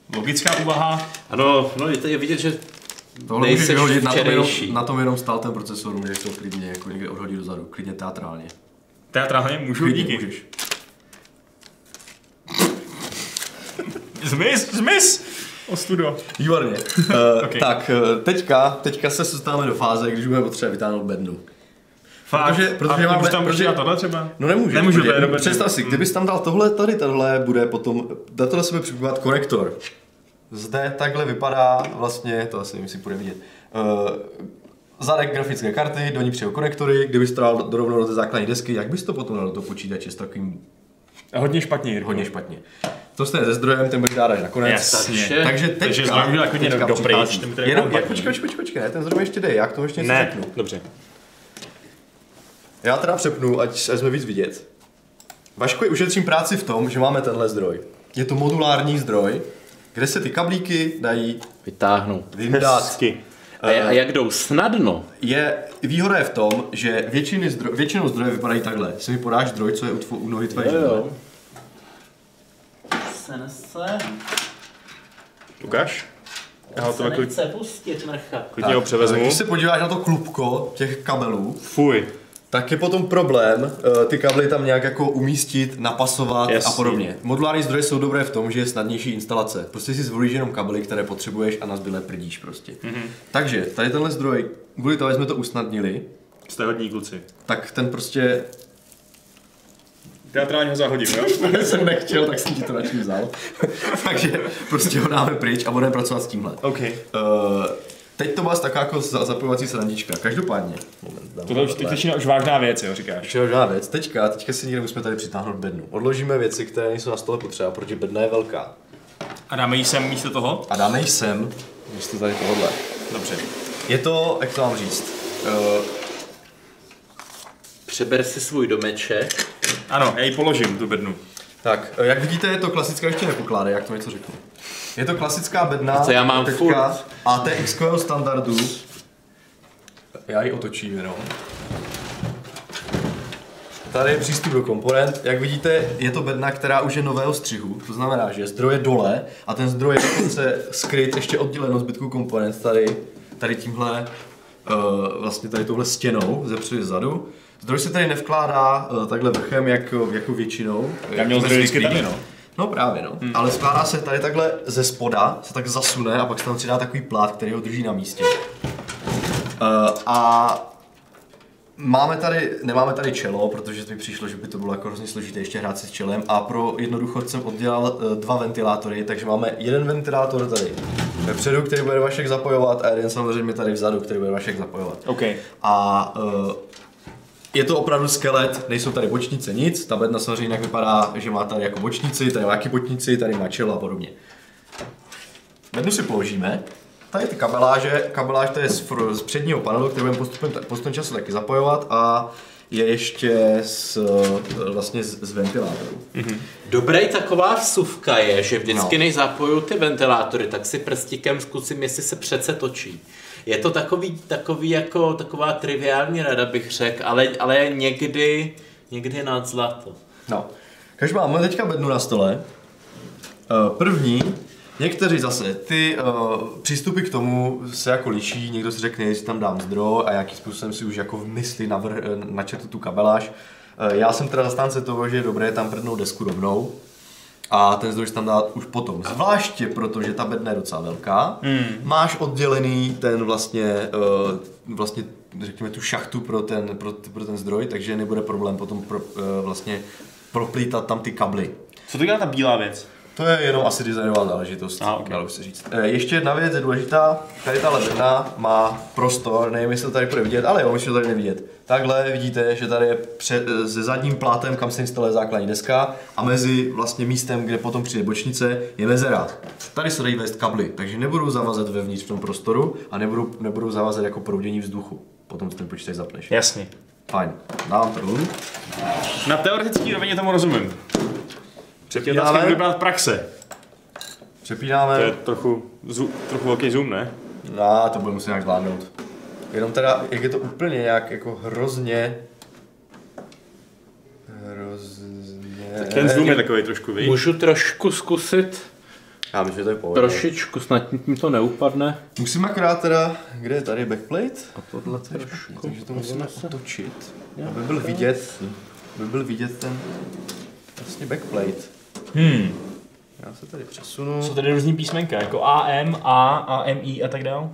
Logická úvaha. Ano, no je, to je vidět, že tohle můžeš vyhodit, na tom, jenom, na tom jenom stál ten procesor, můžeš to klidně jako někde odhodit dozadu, klidně teatrálně. Teatrálně? Můžu? Klidně Díky. můžeš. Zmiz, zmiz! Ostudo. Výborně. uh, okay. Tak, teďka, teďka se dostáváme do fáze, když budeme potřebovat vytáhnout bednu. Fakt? Protože, protože a máme, tam protože, tohle třeba? No nemůžu. Nemůžu, protože, to je představ si, kdybys tam dal tohle, tady tohle bude potom, do tohle se bude připojovat konektor. Zde takhle vypadá vlastně, to asi nevím, si půjde vidět, uh, zadek grafické karty, do ní přijel konektory, kdybys to dal rovnou do té základní desky, jak bys to potom dal do toho počítače s takovým... Hodně špatně, Jirko. Hodně špatně. To stejně se zdrojem, ten budeš dát až nakonec. Jasně. Takže teďka, Takže zdroj může jako někdo dopryč. Jenom počkej, počkej, počkej, počkej, ne, ten zdroj ještě jde, já k tomu ještě něco ne. řeknu. Dobře. Já teda přepnu, ať jsme víc vidět. Vaškovi ušetřím práci v tom, že máme tenhle zdroj. Je to modulární zdroj, kde se ty kablíky dají vytáhnout. Vyndat. A, a jak jdou snadno? Je, výhoda je v tom, že většiny zdro, většinou zdroje vypadají takhle. Si mi podáš zdroj, co je u, tvo, u nohy tvé židle. Senese. Ukáž? Já ho to se nechce pustit, mrcha. Klidně ho převezmu. Když se podíváš na to klubko těch kabelů, fuj, tak je potom problém ty kabely tam nějak jako umístit, napasovat Jasný. a podobně. Modulární zdroje jsou dobré v tom, že je snadnější instalace. Prostě si zvolíš jenom kabely, které potřebuješ a na zbylé prdíš prostě. Mm-hmm. Takže tady tenhle zdroj, kvůli tomu, jsme to usnadnili. Jste hodní kluci. Tak ten prostě... Teatrálně ho zahodím, jo? jsem nechtěl, tak jsem ti to radši vzal. Takže prostě ho dáme pryč a budeme pracovat s tímhle. Okay. Uh, teď to vás taková jako zapojovací srandička. Každopádně. Moment, tohle už teď začíná už vážná věc, jo, říkáš. Už je vážná věc. Teďka, teďka si někde musíme tady přitáhnout bednu. Odložíme věci, které nejsou na stole potřeba, protože bedna je velká. A dáme ji sem místo toho? A dáme ji sem, místo tady tohohle. Dobře. Je to, jak to mám říct? Uh, Přeber si svůj domeček. Ano, já ji položím, tu bednu. Tak, jak vidíte, je to klasická, ještě nepokládej, jak to něco řeknu. Je to klasická bedna, co já mám teďka A T X-kového standardu. Já ji otočím jenom. Tady je přístup do komponent. Jak vidíte, je to bedna, která už je nového střihu. To znamená, že zdroj je dole a ten zdroj je dokonce skryt, ještě oddělen od zbytku komponent tady, tady tímhle, uh, vlastně tady touhle stěnou zepředu zadu. Zdroj se tady nevkládá uh, takhle vrchem, jak, jako většinou. Já měl zdroj vždycky tady, no. No právě, no. Hmm. Ale skládá se tady takhle ze spoda, se tak zasune a pak se tam přidá takový plát, který ho drží na místě. Uh, a máme tady, nemáme tady čelo, protože mi přišlo, že by to bylo jako hrozně složité ještě hrát si s čelem a pro jednoduchost jsem oddělal uh, dva ventilátory, takže máme jeden ventilátor tady vepředu, který bude Vašek zapojovat a jeden samozřejmě tady vzadu, který bude Vašek zapojovat. Okay. A uh, je to opravdu skelet, nejsou tady bočnice nic, ta bedna samozřejmě jinak vypadá, že má tady jako bočnici, tady má jaký bočnici, tady má čelo a podobně. Bednu si položíme, tady ty kabeláže, kabeláž to je z, z předního panelu, který budeme postupem, postupem času taky zapojovat a je ještě z, vlastně z, z ventilátoru. Mm-hmm. Dobrý taková vsuvka je, že vždycky no. než zapojuju ty ventilátory, tak si prstíkem zkusím, jestli se přece točí. Je to takový, takový jako, taková triviální rada, bych řekl, ale, ale někdy, někdy nad zlato. No, každopádně máme teďka bednu na stole. První, někteří zase, ty uh, přístupy k tomu se jako liší, někdo si řekne, že tam dám zdroj a jakým způsobem si už jako v mysli navr- načetl tu kabeláž. Uh, já jsem teda zastánce toho, že je dobré tam prdnout desku rovnou. A ten zdroj tam dát už potom. Zvláště protože ta bedna je docela velká. Mm. Máš oddělený ten vlastně, uh, vlastně řekněme tu šachtu pro ten, pro, pro ten zdroj, takže nebude problém potom pro, uh, vlastně proplítat tam ty kably. Co to dělá ta bílá věc? To je jenom asi designová záležitost, ah, okay. dalo by se říct. E, ještě jedna věc je důležitá, tady tahle bedna má prostor, nevím jestli to tady bude vidět, ale jo, myslím, že to tady nevidět. Takhle vidíte, že tady je před, se zadním plátem, kam se instaluje základní deska a mezi vlastně místem, kde potom přijde bočnice, je mezera. Tady se dají vést kably, takže nebudou zavazet vevnitř v tom prostoru a nebudou, nebudou zavazet jako proudění vzduchu. Potom ten počítač zapneš. Jasně. Fajn, dávám to dolů. Na teoretický rovině tomu rozumím. Přepínáme. Jak vypadat praxe. Přepínáme. To je trochu, zu, trochu velký zoom, ne? No, to bude muset nějak zvládnout. Jenom teda, jak je to úplně nějak jako hrozně... Hrozně... Tak ten zoom je takový trošku, víš? Můžu trošku zkusit Já myslím, že to je pohodě. Trošičku, snad mi to neupadne. Musíme akorát teda, kde je tady backplate? A tohle trošku. Takže to musíme otočit, aby byl vidět, aby byl vidět ten vlastně backplate. Hmm. Já se tady přesunu. Jsou tady různý písmenka, jako A M, A, A M I a tak dál.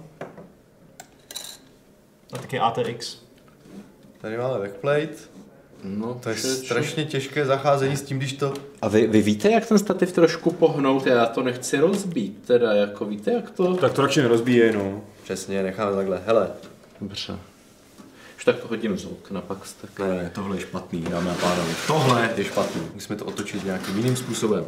A taky A T X. Tady máme backplate. No, to je strašně těžké zacházení s tím, když to... A vy, vy víte, jak ten stativ trošku pohnout? Já to nechci rozbít, teda, jako víte, jak to... Tak to radši nerozbíje, no. Přesně, necháme takhle, hele. Dobře. Už tak to hodím z okna, pak jste... Ne, ne, tohle je špatný, dámy a pánové. Tohle je špatný, musíme to otočit nějakým jiným způsobem.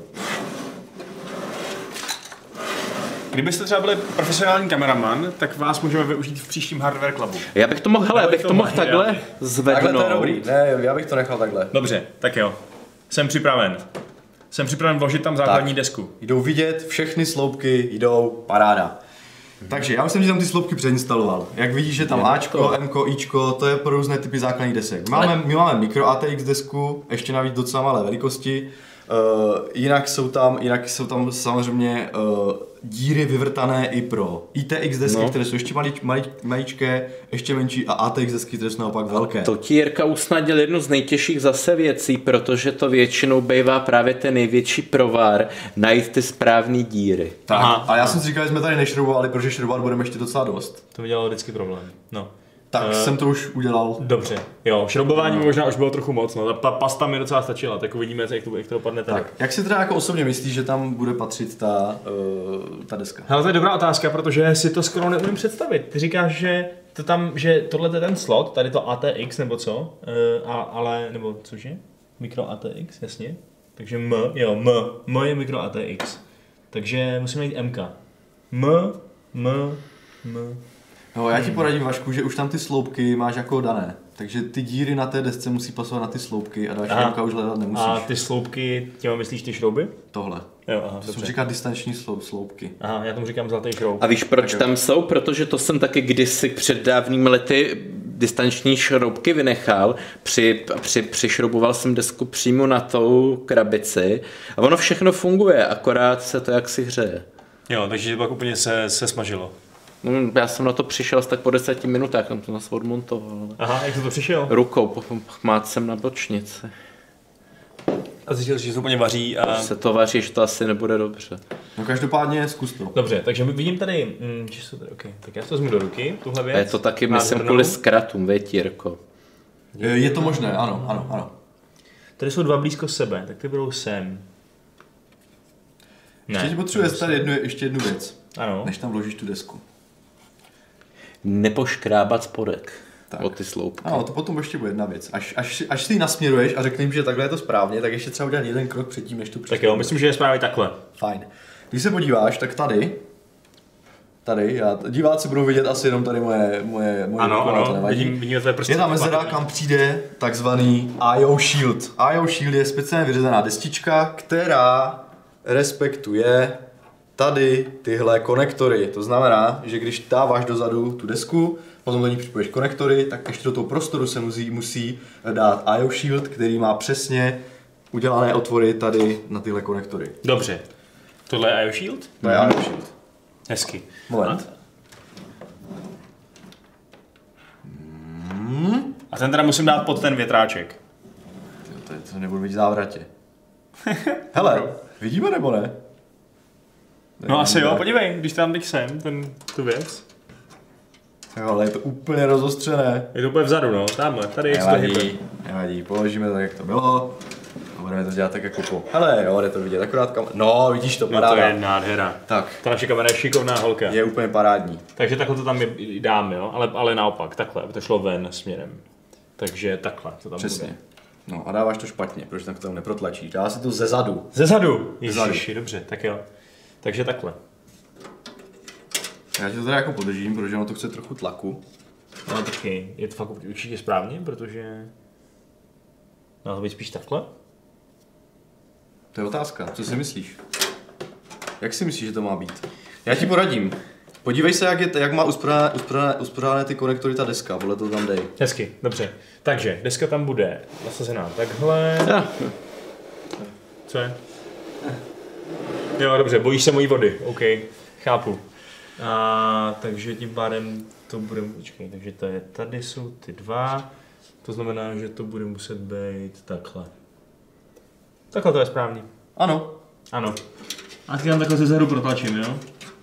Kdybyste třeba byli profesionální kameraman, tak vás můžeme využít v příštím Hardware Clubu. Já bych to mohl, hele, já bych to mohl takhle zvednout. Takhle to je dobrý, ne, já bych to nechal takhle. Dobře, tak jo. Jsem připraven. Jsem připraven vložit tam základní tak. desku. Jdou vidět, všechny sloupky jdou, paráda. Takže já už jsem si tam ty sloupky předinstaloval. Jak vidíš, že tam Ačko, Mko, Ičko, to je pro různé typy základních desek. Máme, my máme mikro A T X desku, ještě navíc docela malé velikosti. Uh, jinak jsou tam, jinak jsou tam samozřejmě uh, díry vyvrtané i pro I T X desky, no. které jsou ještě malič, malič, maličké, ještě menší a A T X desky, které jsou naopak velké. To ti Jirka usnadnil jednu z nejtěžších zase věcí, protože to většinou bývá právě ten největší provar, najít ty správné díry. Tak, a já jsem si říkal, že jsme tady nešroubovali, protože šroubovat budeme ještě docela dost. To mi dělalo vždycky problém. No. Tak uh, jsem to už udělal. Dobře, jo, šroubování no. možná už bylo trochu moc, no, ta pasta mi docela stačila, tak uvidíme, jak to, jak to dopadne tady. Tak, jak si teda jako osobně myslíš, že tam bude patřit ta, uh, ta deska? Hele, to je dobrá otázka, protože si to skoro neumím představit. Ty říkáš, že to tam, že tohle je ten slot, tady to A T X nebo co, uh, a, ale, nebo cože? Mikro A T X, jasně. Takže M, jo, M, M je mikro A T X. Takže musíme najít M K. M, M, M. No, já ti poradím, Vašku, že už tam ty sloupky máš jako dané. Takže ty díry na té desce musí pasovat na ty sloupky a další Mka už hledat nemusíš. A ty sloupky, těma myslíš ty šrouby? Tohle. Jo, aha, to jsem říká distanční sloup, sloupky. Aha, já tomu říkám zlatý šroub. A víš, proč tak tam jo. jsou? Protože to jsem taky kdysi před dávnými lety distanční šroubky vynechal, při, při, přišrouboval jsem desku přímo na tou krabici a ono všechno funguje, akorát se to jaksi hřeje. Jo, takže to pak úplně se, se smažilo. Já jsem na to přišel asi tak po deseti minutách, jsem to nás odmontoval. Aha, jak jsi to přišel? Rukou, mát jsem na bočnici. A zjistil, že se to úplně vaří a... Se to vaří, že to asi nebude dobře. No každopádně zkus to. Dobře, takže vidím tady, mm, že jsou tady, okay. Tak já to vezmu do ruky, tuhle věc. A je to taky, myslím, kvůli zkratům, věď, Jirko? Je, je to možné, ano, ano, ano. Tady jsou dva blízko sebe, tak ty budou sem. Ne, ještě ti potřebuje tady jednu, ještě jednu věc, ano. Než tam vložíš tu desku. Nepoškrábat spodek o ty sloupky. Ano, to potom ještě bude jedna věc. Až, až, až si ji nasměruješ a řekneš, že takhle je to správně, tak ještě třeba udělat jeden krok předtím, než tu přistupuješ. Tak jo, myslím, že je správně takhle. Fajn. Když se podíváš, tak tady, tady, já, diváci budou vidět asi jenom tady moje, moje, moje ano, ruko, ano, vidím, vidím tvé prsty. Je tam mezera, kam přijde takzvaný I O Shield. I O Shield je speciálně vyřazená destička, která respektuje tady tyhle konektory. To znamená, že když dáváš dozadu tu desku, potom do ní připoješ konektory, tak ještě do toho prostoru se musí, musí dát I O Shield, který má přesně udělané otvory tady na tyhle konektory. Dobře. Tohle je I O Shield? To je I O Shield. Hezky. Moment. Hmm. A ten teda musím dát pod ten větráček. To, je, to nebudu vidět závratě. Hele, vidíme nebo ne? No asi jo, podívej, když tam teď sem, ten, tu věc. Jo, ale je to úplně rozostřené. Je to úplně vzadu, no, tamhle, tady je to nevadí, nevadí, položíme to tak, jak to bylo. A budeme to dělat tak jako po. Hele, jo, jde to vidět, akorát kam... No, vidíš to, paráda. No to je nádhera. Tak. Ta naše kamera je šikovná holka. Je úplně parádní. Takže takhle to tam dáme, jo, ale, ale naopak, takhle, aby to šlo ven směrem. Takže takhle to tam Přesně. bude. No a dáváš to špatně, protože tam to tam neprotlačíš. Dává si to ze zadu. Ze zadu? Ježiši, dobře, tak jo. Takže takhle. Já ti to teda jako podržím, protože ono to chce trochu tlaku. No taky, je to fakt určitě správně, protože... Má to být spíš takhle? To je otázka, co si myslíš? Jak si myslíš, že to má být? Já ti poradím. Podívej se, jak, je, jak má uspořádané, uspořádané, uspořádané ty konektory ta deska, podle to tam dej. Hezky, dobře. Takže, deska tam bude nasazená takhle. Ja. Co je? Jo, dobře, bojíš se mojí vody, OK, chápu. A, takže tím pádem to bude, počkej, takže to je, tady jsou ty dva, to znamená, že to bude muset být takhle. Takhle to je správný. Ano. Ano. A teď tam takhle ze zadu protlačím, jo?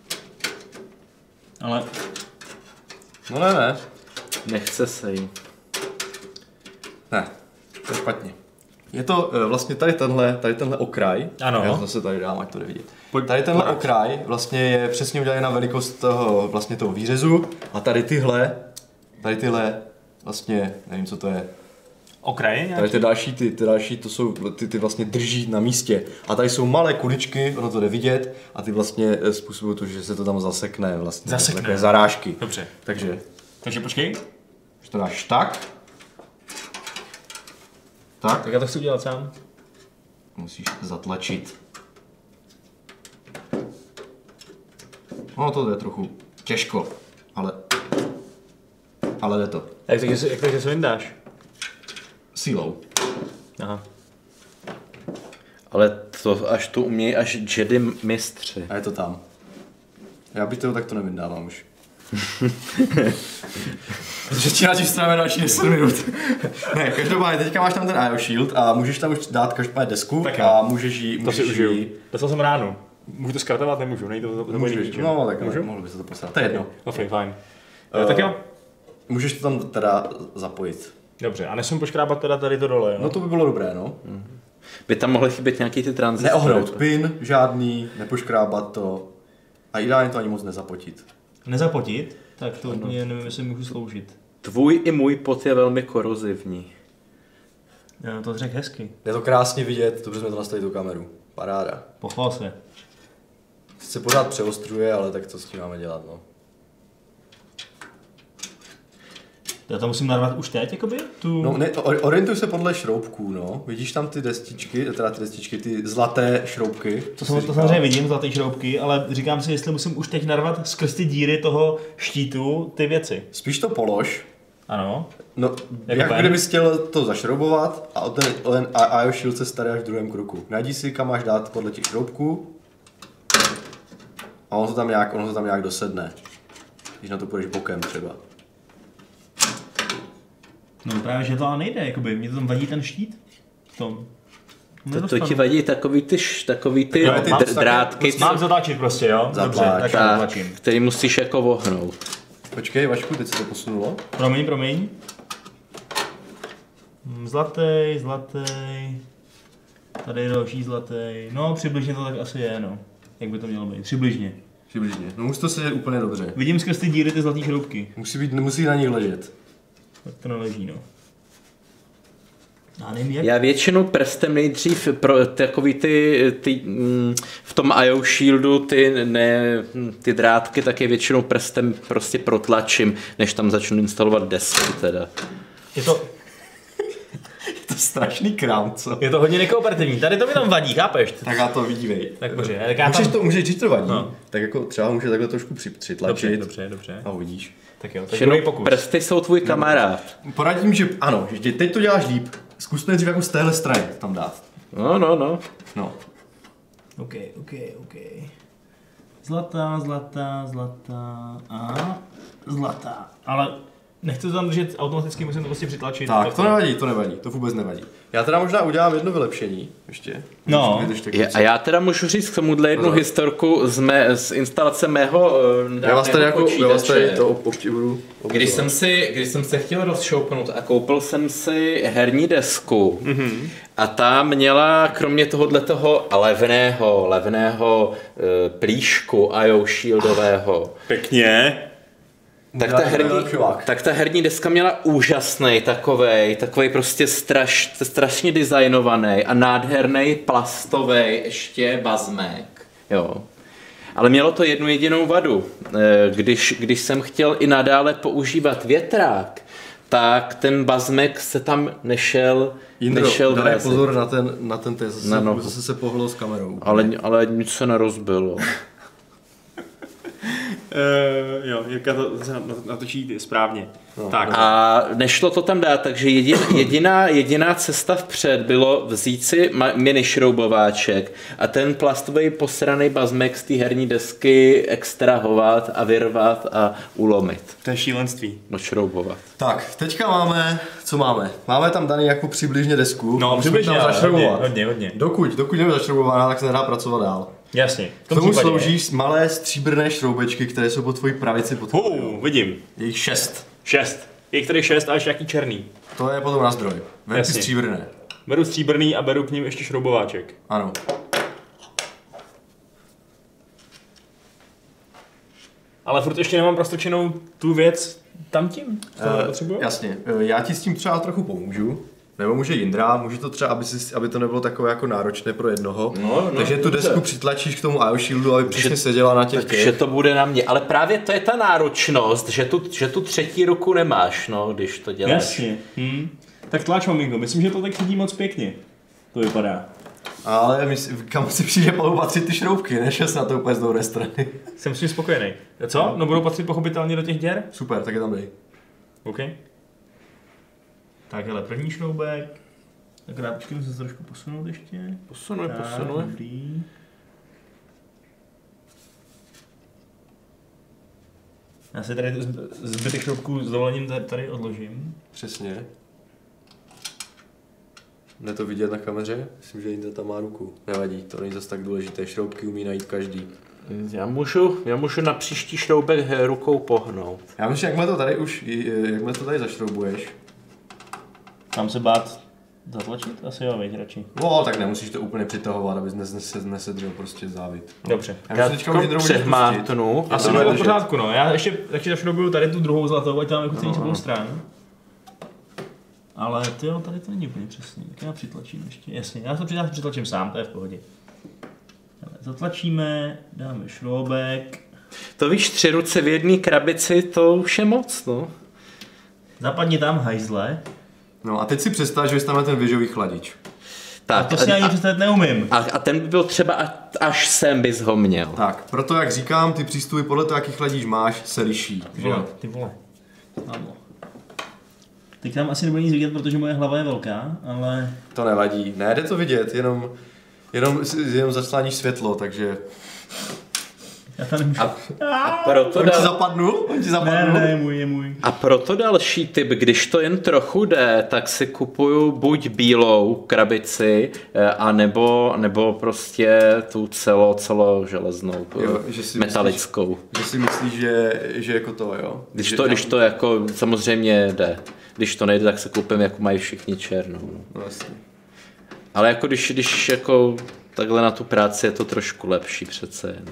Ale... No ne, ne. Nechce se jí. Ne, to je špatně. Je to uh, vlastně tady tenhle, tady tenhle okraj. Ano. Já zase tady dám, ať to nevidí. Pojď, tady tenhle pojď. okraj vlastně je přesně udělaný na velikost toho, vlastně toho výřezu. A tady tyhle, tady tyhle, vlastně, nevím co to je. Okraje nějaký? Tady ty další, ty, ty další, to jsou, ty, ty vlastně drží na místě. A tady jsou malé kuličky, ono to jde vidět, a ty vlastně způsobují to, že se to tam zasekne vlastně. Zasekne. Takové zarážky. Dobře. Takže, Takže počkej. když to dáš tak, tak, Tak já to chci udělat sám. musíš zatlačit. No to jde trochu těžko, ale, ale jde to. Jak takže, jak takže se vyndáš? Sílou. Aha. Ale to až to umějí až Jedi mistři. A je to tam. Já bych toho takto nevyndával už. Protože ti na tím strávíme další deset minut. Ne, každopádně teďka máš tam ten I O Shield a můžeš tam už dát každopádně desku tak a můžeš jí... To můžeš si užiju. jí... Dostal jsem ránu. Můžu to skartovat? Nemůžu, nejde to, to Můžeš, ničím. no tak můžu? mohl by se to poslat. To je jedno. Ok, fajn. Uh, tak jo. Můžeš to tam teda zapojit. Dobře, a nesmím poškrábat teda tady to dole, jo? No to by bylo dobré, no. By tam mohly chybět nějaký ty tranzistory. Neohnout pin, žádný, nepoškrábat to a ideálně to ani moc nezapotit. Nezapotit? Tak to mě nevím, jestli můžu sloužit. Tvůj i můj pot je velmi korozivní. Jo, to řekl hezky. Je to krásně vidět, dobře jsme to nastavili tu kameru. Paráda. Pochval se. Se pořád přeostruje, ale tak co s tím máme dělat, no. Já to musím narvat už teď, jakoby? Tu... No, ne, orientuj se podle šroubků, no. Vidíš tam ty destičky, teda ty destičky, ty zlaté šroubky. To, jsem, to samozřejmě vidím, zlaté šroubky, ale říkám si, jestli musím už teď narvat skrz ty díry toho štítu ty věci. Spíš to polož. Ano. No, Jako jak pen? kdybys chtěl to zašroubovat a ten, ten I O Shield se starý až v druhém kroku. Najdi si, kam máš dát podle těch šroubků a ono to tam nějak, ono to tam nějak dosedne. Když na to půjdeš bokem třeba. No právě, že to ale nejde, jakoby. Mě to tam vadí ten štít v tom. To, to ti vadí takový ty, š- takový ty Jo, ty dr- mám- drátky, Mám zatlačit prostě, jo? Zatlač. Dobře, tak já tak, zatlačím. který musíš jako vohnout. Počkej, Vašku, teď se to posunulo. Promiň, promiň. Hm, Zlatý, zlatý. Tady je další zlatý. No, přibližně to tak asi je, no. Jak by to mělo být? Přibližně. Přibližně. No musí to sedět úplně dobře. Vidím skrz ty díry ty zlatý šroubky. Musí být, nemusí na nich ležet. Tak to neleží, no. Já nevím jak. Já většinou prstem nejdřív pro takový ty, ty mm, v tom I O Shieldu ty, ne, ty drátky taky většinou prstem prostě protlačím, než tam začnu instalovat desky teda. Je to, Je to strašný krám, co? je to hodně nekooperativní. Tady to mi tam vadí, chápeš? Tak já to vidívej. Tak dobře, tak já Můžeš tam... to, můžeš, když to vadí, No. tak jako třeba může takhle trošku při, přitlačit. Dobře, dobře, dobře. A uvidíš. Tak jo, tak Všechno druhý pokus. prsty jsou tvůj kamarád. Poradím, že ano, že teď to děláš líp. Zkus to nejdřív jako z téhle strany tam dát. No, no, no. No. OK, OK, OK. Zlatá, zlatá, zlatá a zlatá. Ale nechci to tam držet automaticky, musím to prostě přitlačit. Tak, to nevadí, to nevadí, to vůbec nevadí. Já teda možná udělám jedno vylepšení, ještě. No. Když tak Je, a já teda můžu říct k tomuhle jednu Pozor. historku z, mé, z instalace mého eh, Já vás tady dávného jako, já vás tady počítače. to obdivuju. Když jsem, si, když jsem se chtěl rozšoupnout a koupil jsem si herní desku mm-hmm. a ta měla kromě tohohletoho levného, levného e, plíšku I O Shieldového, Pěkně. tak ta, herní, tak ta herní deska měla úžasný takovej, takovej prostě straš, strašně designovaný a nádherný plastový ještě bazmek, jo. Ale mělo to jednu jedinou vadu. Když, když jsem chtěl i nadále používat větrák, tak ten bazmek se tam nešel, Jindro, nešel dávej vrazit. pozor na ten, na ten test, zase, Na nohu. zase se pohlo s kamerou. Ale, ale nic se nerozbilo. Uh, jo, Jirka to zase natočí správně. No, tak. A nešlo to tam dát, takže jedin, jediná, jediná cesta vpřed bylo vzít si mini šroubováček a ten plastový posraný bazmek z té herní desky extrahovat a vyrvat a ulomit. To je šílenství. Odšroubovat. Tak, teďka máme, co máme? Máme tam daný jako přibližně desku. No, přibližně, hodně, hodně, hodně. Dokud, dokud nebude zašroubovaná, tak se nedá pracovat dál. Jasně. K tomu slouží malé stříbrné šroubečky, které jsou po tvojí pravici pod uh, vidím. Je jich šest. Šest. Je jich tady šest a ještě jaký černý. To je potom na zdroj. Beru ty stříbrné. Beru stříbrný a beru k ním ještě šroubováček. Ano. Ale furt ještě nemám prostrčenou tu věc tam tím. Uh, jasně. Já ti s tím třeba trochu pomůžu. Nebo může Jindra, může to třeba, aby, si, aby to nebylo takové jako náročné pro jednoho. No, no, takže tu desku přitlačíš k tomu IOShieldu, aby přesně seděla na těch těch. Takže to bude na mě. Ale právě to je ta náročnost, že tu, že tu třetí ruku nemáš, no, když to děláš. Jasně. Hmm. Tak tlač, maminko. Myslím, že to tak sedí moc pěkně. To vypadá. Ale myslím, kam si přijde patřit ty šroubky, než na to úplně z dobré strany. Jsem s tím spokojený. Co? No budou patřit pochopitelně do těch děr? Super, tak je tam dej. OK. Tak hele, první šroubek. Tak rád počkej, musím se trošku posunout ještě. Posunuj, posunuj. Dobrý. Já si tady zbytek šroubků s dovolením tady, tady odložím. Přesně. Ne to vidět na kameře? Myslím, že Jindra tam má ruku. Nevadí, to není zase tak důležité, šroubky umí najít každý. Já můžu, já můžu na příští šroubek rukou pohnout. Já myslím, jakmile to tady už, jakmile to tady zašroubuješ. Mám se bát zatlačit? Asi jo, veď radši. No, tak nemusíš to úplně přitahovat, abys nesedřel prostě závit. Dobře. Já teďka už přehmátnu. Asi bylo v pořádku, no. Já ještě taky zašroubuju tady tu druhou zlatou, ať tam jako celý sebou stranu. Ale tyjo, tady to není úplně přesně. Tak já přitlačím ještě. Jasně, já to přitlačím sám, to je v pohodě. Zatlačíme, dáme šroubek. To víš, tři ruce v jedné krabici, to už je moc, no. Zapadni tam, hajzle. No a teď si představ, že tam ten věžový chladič. Tak, a to si ani představit neumím. A, a ten by byl třeba až sem bys ho měl. Tak, proto jak říkám, ty přístupy podle toho, jaký chladič máš, se liší. Ty vole, ty vole. Ano. Teď tam asi nebude nic vidět, protože moje hlava je velká, ale... To nevadí, ne, jde to vidět, jenom, jenom, jenom zasláníš světlo, takže... Já to nemůžu. A, a proto on dal... ti zapadnu? On ti zapadnu? Ne, ne, je můj, je můj. A proto další tip, když to jen trochu jde, tak si kupuju buď bílou krabici, a nebo, nebo prostě tu celo, celo železnou, jo, že si metalickou. Myslíš, že si myslíš, že, že jako to, jo? Když že to, já... když to jako samozřejmě jde. Když to nejde, tak se koupím, jako mají všichni černou. No jasně. Ale jako když, když jako takhle na tu práci je to trošku lepší přece jen.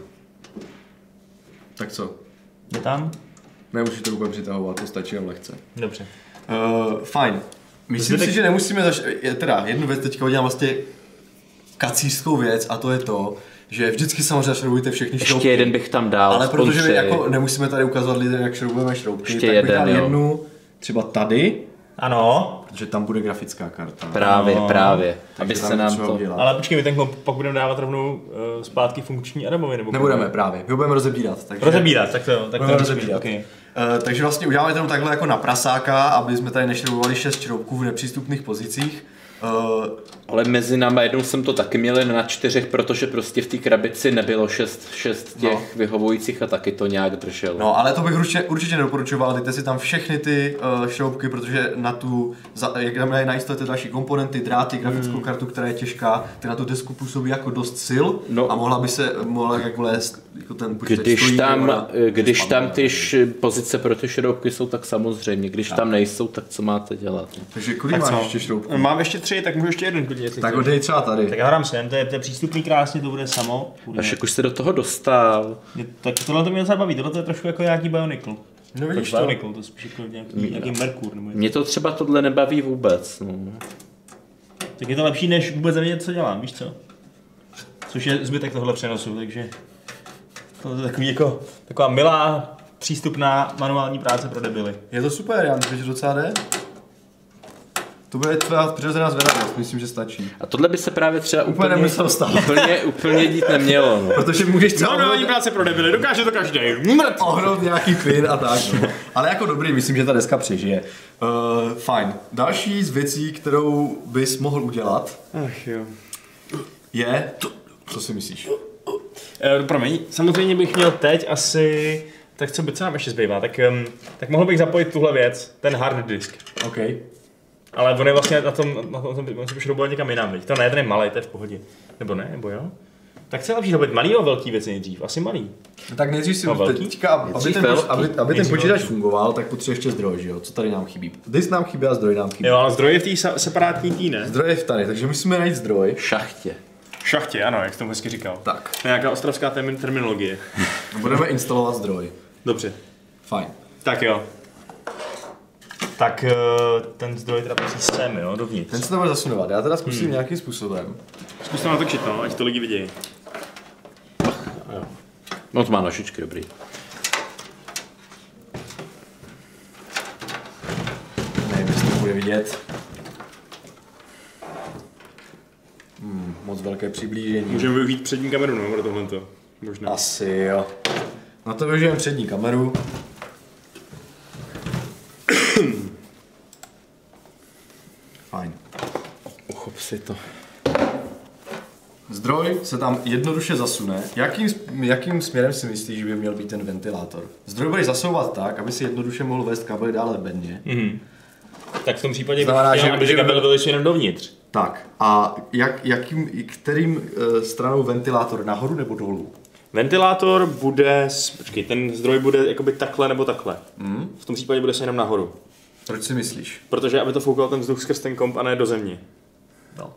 Tak co? Je tam? Nemusíš to úplně přitahovat, to stačí jen lehce. Dobře. Uh, fajn. Myslím si, teď... že nemusíme zaš... Teda, jednu věc teďka udělám vlastně kacířskou věc a to je to, že vždycky samozřejmě šroubujte všechny šroubky. Ještě jeden bych tam dal. Ale protože jako nemusíme tady ukazovat lidem, jak šroubujeme šroubky, ještě tak jeden, bych dal jo. jednu třeba tady. Ano. Protože tam bude grafická karta. Právě, ano. právě. Aby se nám to... Udělat. Ale počkej, my ten pak budeme dávat rovnou uh, zpátky funkční Adamovi, nebo... Nebudeme právě, my budeme rozebírat. Takže... Rozebírat, tak to jo. Tak budeme to rozebírat. Okay. Uh, takže vlastně uděláme to takhle jako na prasáka, aby jsme tady nešroubovali šest šroubků v nepřístupných pozicích. Uh, ale mezi náma jednou jsem to taky měl na čtyřech, protože prostě v té krabici nebylo šest, šest těch no. vyhovujících a taky to nějak drželo. No, ale to bych určitě, určitě nedoporučoval, dejte si tam všechny ty uh, šroubky, protože na tu, za, jak tam najistíte další komponenty, dráty, grafickou hmm. kartu, která je těžká, ty na tu desku působí jako dost sil no. a mohla by se, mohla jak vlézt jako ten počítač Když stojí, tam, ona, když tam ty š, pozice pro ty šroubky jsou, tak samozřejmě, když tak. tam nejsou, tak co máte dělat? Takže kolik máš ještě šroubků? Mám ještě tři, tak můžu ještě jeden klidně. Tak ho dej třeba tady. Tak já hrám sem, to je, to je přístupný krásně, to bude samo. Až jak už se do toho dostal. Je, tak tohle to mě docela baví, tohle to je trošku jako nějaký Bionicle. No vidíš to? Bionicle, to je spíš jako nějaký, nějaký Merkur. Nebo mě to třeba tohle nebaví vůbec. No. Tak je to lepší, než vůbec nevědět, co dělám, víš co? Což je zbytek tohle přenosu, takže to je takový jako, taková milá, přístupná manuální práce pro debily. Je to super, já myslím, že docela jde. To bude tvá přirozená zvědavost, myslím, že stačí. A tohle by se právě třeba úplně, úplně, úplně, úplně dít nemělo. No. Protože můžeš třeba... No, no, práce pro debily, dokáže to každý. Ohnout nějaký pin a tak. No. Ale jako dobrý, myslím, že ta deska přežije. Uh, fajn. Další z věcí, kterou bys mohl udělat, Ach jo. je... Co si myslíš? Uh, promiň, samozřejmě bych měl teď asi... Tak co by co nám ještě zbývá? Tak, um, tak mohl bych zapojit tuhle věc, ten hard disk. OK. Ale on je vlastně na tom, na tom, on se šrouboval někam jinam, viď? To ne, ten je malej, to je v pohodě. Nebo ne, nebo jo? Tak co je lepší zapojit malý nebo velký věci nejdřív? Asi malý. Tak nejdřív si no, teďka, aby ten, aby, aby ten počítač fungoval, tak potřebuje ještě zdroj, že jo? Co tady nám chybí? Disk nám chybí a zdroj nám chybí. Jo, ale zdroj je v té separátní tý, ne? Zdroj je v tady, takže musíme najít zdroj. V šachtě. V šachtě, ano, jak jsi tomu hezky říkal. Tak. To je nějaká ostravská termin, terminologie. Budeme instalovat zdroj. Dobře. Fajn. Tak jo. Tak ten zdroj teda musí sem, jo, dovnitř. Ten se to bude zasunovat, já teda zkusím hmm. nějakým způsobem. Zkus to natočit, no, ať to lidi vidějí. Jo. No to má nožičky, dobrý. Nevím, jestli to bude vidět. Hmm, moc velké přiblížení. Můžeme využít přední kameru, no, pro tohleto. Možná. Asi jo. Na to využijeme přední kameru. Fajn. Uchop si to. Zdroj se tam jednoduše zasune. Jakým, jakým směrem si myslíš, že by měl být ten ventilátor? Zdroj bude zasouvat tak, aby si jednoduše mohl vést kabely dále bedně. Mm-hmm. Tak v tom případě znamená, bych chtěl, že, aby ty kabely byly jenom dovnitř. Tak. A jak, jakým, kterým uh, stranou ventilátor? Nahoru nebo dolů? Ventilátor bude, počkej, ten zdroj bude jakoby takhle nebo takhle. Mm. V tom případě bude se jenom nahoru. Proč si myslíš? Protože aby to foukal ten vzduch skrz ten komp a ne do země. No.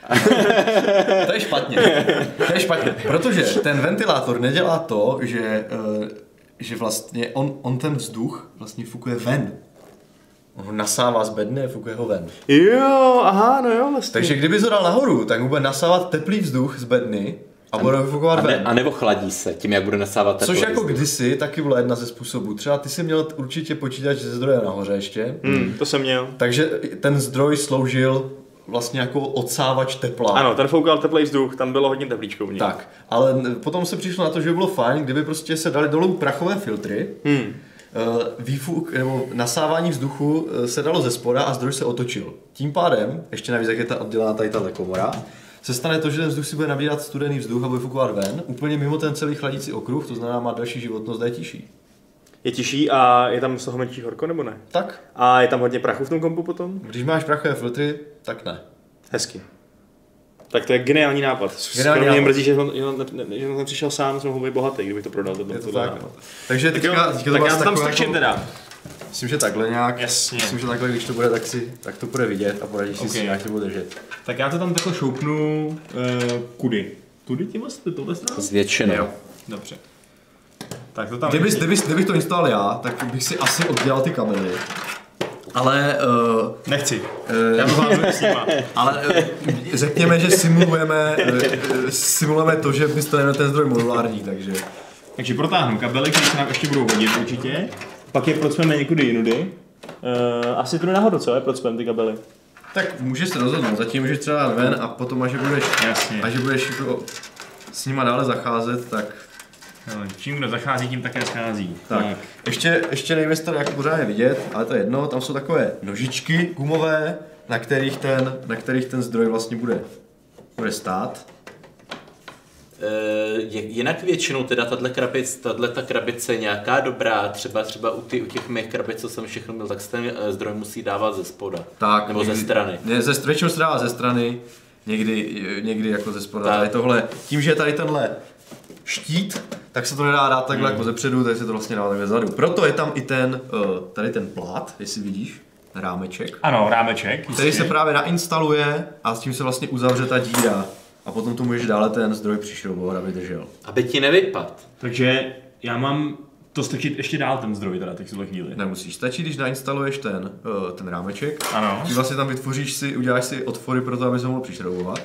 To je špatně. To je špatně, protože ten ventilátor nedělá to, že, uh, že vlastně on, on ten vzduch vlastně fukuje ven. On ho nasává z bedny a fukuje ho ven. Jo, aha, no jo, vlastně. Takže kdyby to dal nahoru, tak mu bude nasávat teplý vzduch z bedny a bude ho fukovat a ne, ven. A nebo chladí se tím, jak bude nasávat teplý. Což jako kdysi taky byla jedna ze způsobů. Třeba ty jsi měl určitě počítač ze zdroje nahoře ještě. Hmm, to jsem měl. Takže ten zdroj sloužil vlastně jako odsávač tepla. Ano, ten foukal teplý vzduch, tam bylo hodně teplíčko v něm. Tak, ale potom se přišlo na to, že by bylo fajn, kdyby prostě se dali dolů prachové filtry, hmm. výfuk nebo nasávání vzduchu se dalo ze spoda a zdroj se otočil. Tím pádem, ještě navíc jak je ta oddělená tady ta komora, se stane to, že ten vzduch si bude nabírat studený vzduch a bude fukovat ven, úplně mimo ten celý chladící okruh, to znamená má další životnost a je tiší. Je tiší a je tam z toho menší horko, nebo ne? Tak. A je tam hodně prachu v tom kompu potom? Když máš prachové filtry, tak ne. Hezky. Tak to je geniální nápad. Geniální nápad. Mě mrzí, že jsem nepřišel sám, jsem mohl být bohatý, kdybych to prodal. To, je to to tak. Takže tak teďka, jo, teďka tak to já to tam strčím jako, teda. Myslím, že takhle nějak. Jasně. Myslím, že takhle, když to bude, tak, si, tak to bude vidět a poradíš si, okay. si nějak to bude držet. Tak já to tam takhle šoupnu uh, kudy. Tudy tím vlastně, tohle stranu? Zvětšenou. Jo. Dobře. Tak to tam... Kdybych, kdybych, kdybych to instaloval já, tak bych si asi oddělal ty kabely. Ale... Uh, Nechci. Uh, já to zvládnu s nima. Ale uh, řekněme, že simulujeme, uh, simulujeme to, že vystavíme ten zdroj modulární, takže... Takže protáhnu kabely, které se nám ještě budou hodit určitě. Pak je procpeme někudy jinudy. Uh, asi tu nahoru, co je procpem ty kabely? Tak můžeš se rozhodnout, zatím můžeš třeba dát ven a potom, až budeš, až budeš jako s nima dále zacházet, tak... No, čím kdo zachází, tím také schází. Tak. tak. Ještě, ještě nevím, jestli to jako pořádně vidět, ale to je jedno, tam jsou takové nožičky gumové, na kterých ten, na kterých ten zdroj vlastně bude, bude stát. E, jinak většinou teda tato krabice, tato krabice je nějaká dobrá, třeba třeba u, ty, u těch mých krabic, co jsem všechno byl, tak se ten zdroj musí dávat ze spoda, tak, nebo někdy, ze strany. Ne, ze, většinou se dává ze strany, někdy, někdy jako ze spoda. Tady tohle, tím, že je tady tenhle štít, tak se to nedá dát takhle hmm. jako zepředu, tak se to vlastně dá takhle zadu. Proto je tam i ten, tady ten plát, jestli vidíš, rámeček. Ano, rámeček. Který jistě. Se právě nainstaluje a s tím se vlastně uzavře ta díra. A potom tu můžeš dále ten zdroj přišroubovat, aby držel. Aby ti nevypad. Takže já mám to strčit ještě dál ten zdroj teda teď v tuhle chvíli. Nemusíš, stačí, když nainstaluješ ten, ten rámeček. Ano. Ty vlastně tam vytvoříš si, uděláš si otvory pro to, aby se mohl přišroubovat.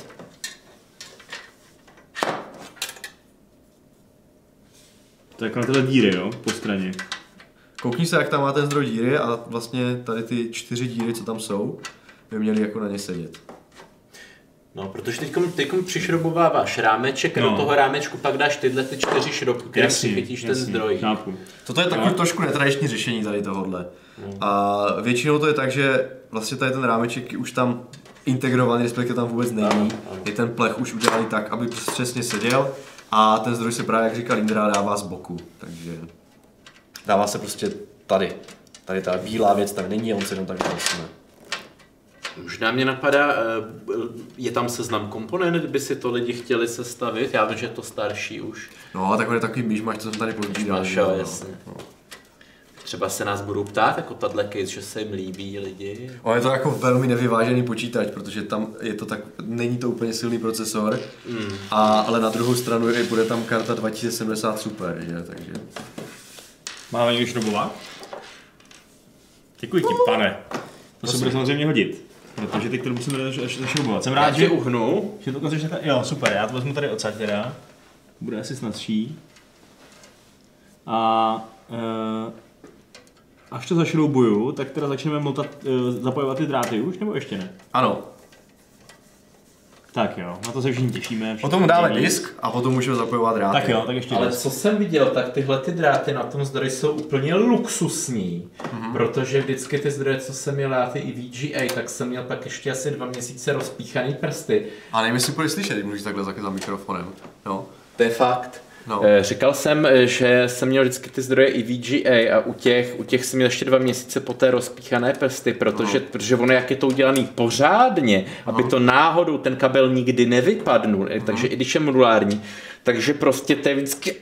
To je jako na tyhle díry, jo, po straně. Koukni se, jak tam má ten zdroj díry a vlastně tady ty čtyři díry, co tam jsou, by měli jako na ně sedět. No, protože teďkom, teďkom přišrobováváš rámeček a no. do toho rámečku pak dáš tyhle ty čtyři šroubky, které si chytíš ten zdroj. Chápu. Toto je takový no. trošku netradiční řešení tady tohohle. No. A většinou to je tak, že vlastně tady ten rámeček je už tam integrovaný, respektive tam vůbec není. Ano, ano. Je ten plech už udělaný tak, aby přesně seděl a ten zdroj se právě, jak říkal Indra, dává z boku. Takže dává se prostě tady. Tady ta bílá věc tam není a on se jenom tak zasune. Možná mě napadá, je tam seznam komponent, kdyby si to lidi chtěli sestavit, já vím, že je to starší už. No a takový takový myšmaš, co jsem tady pozbíral. No, jasně. No. Třeba se nás budou ptát, jako tato case, že se jim líbí lidi. O, je to jako velmi nevyvážený počítač, protože tam je to tak, není to úplně silný procesor, mm. a, ale na druhou stranu je, bude tam karta dva tisíce sedmdesát Super, že? Takže... Máme někdo šrobovat? Děkuji ti, pane. To se bude samozřejmě hodit. Protože ty, kterou musíme zašroubovat. Jsem rád, že uhnu. Že to ukazuješ takhle. Jo, super, já to vezmu tady odsaď teda. Bude asi snadší. A e, až to zašroubuju, tak teda začneme motat, e, zapojovat ty dráty už, nebo ještě ne? Ano. Tak jo, na to se všichni těšíme. Všichni potom dáme těší. Disk a potom můžeme zapojovat dráty. Tak jo, tak ještě Ale disk. Co jsem viděl, tak tyhle ty dráty na tom zdroji jsou úplně luxusní. Mm-hmm. Protože vždycky ty zdroje, co jsem měl já, ty i V G A, tak jsem měl pak ještě asi dva měsíce rozpíchaný prsty. A nevím, jestli budeš slyšet, když mluvíš takhle za mikrofonem. No. To je fakt. No. Říkal jsem, že jsem měl vždycky ty zdroje i V G A a u těch, u těch jsem měl ještě dva měsíce poté rozpíchané prsty, protože, no. protože ono jak je to udělaný pořádně, no. aby to náhodou ten kabel nikdy nevypadnul, no. takže i když je modulární, takže prostě to je vždycky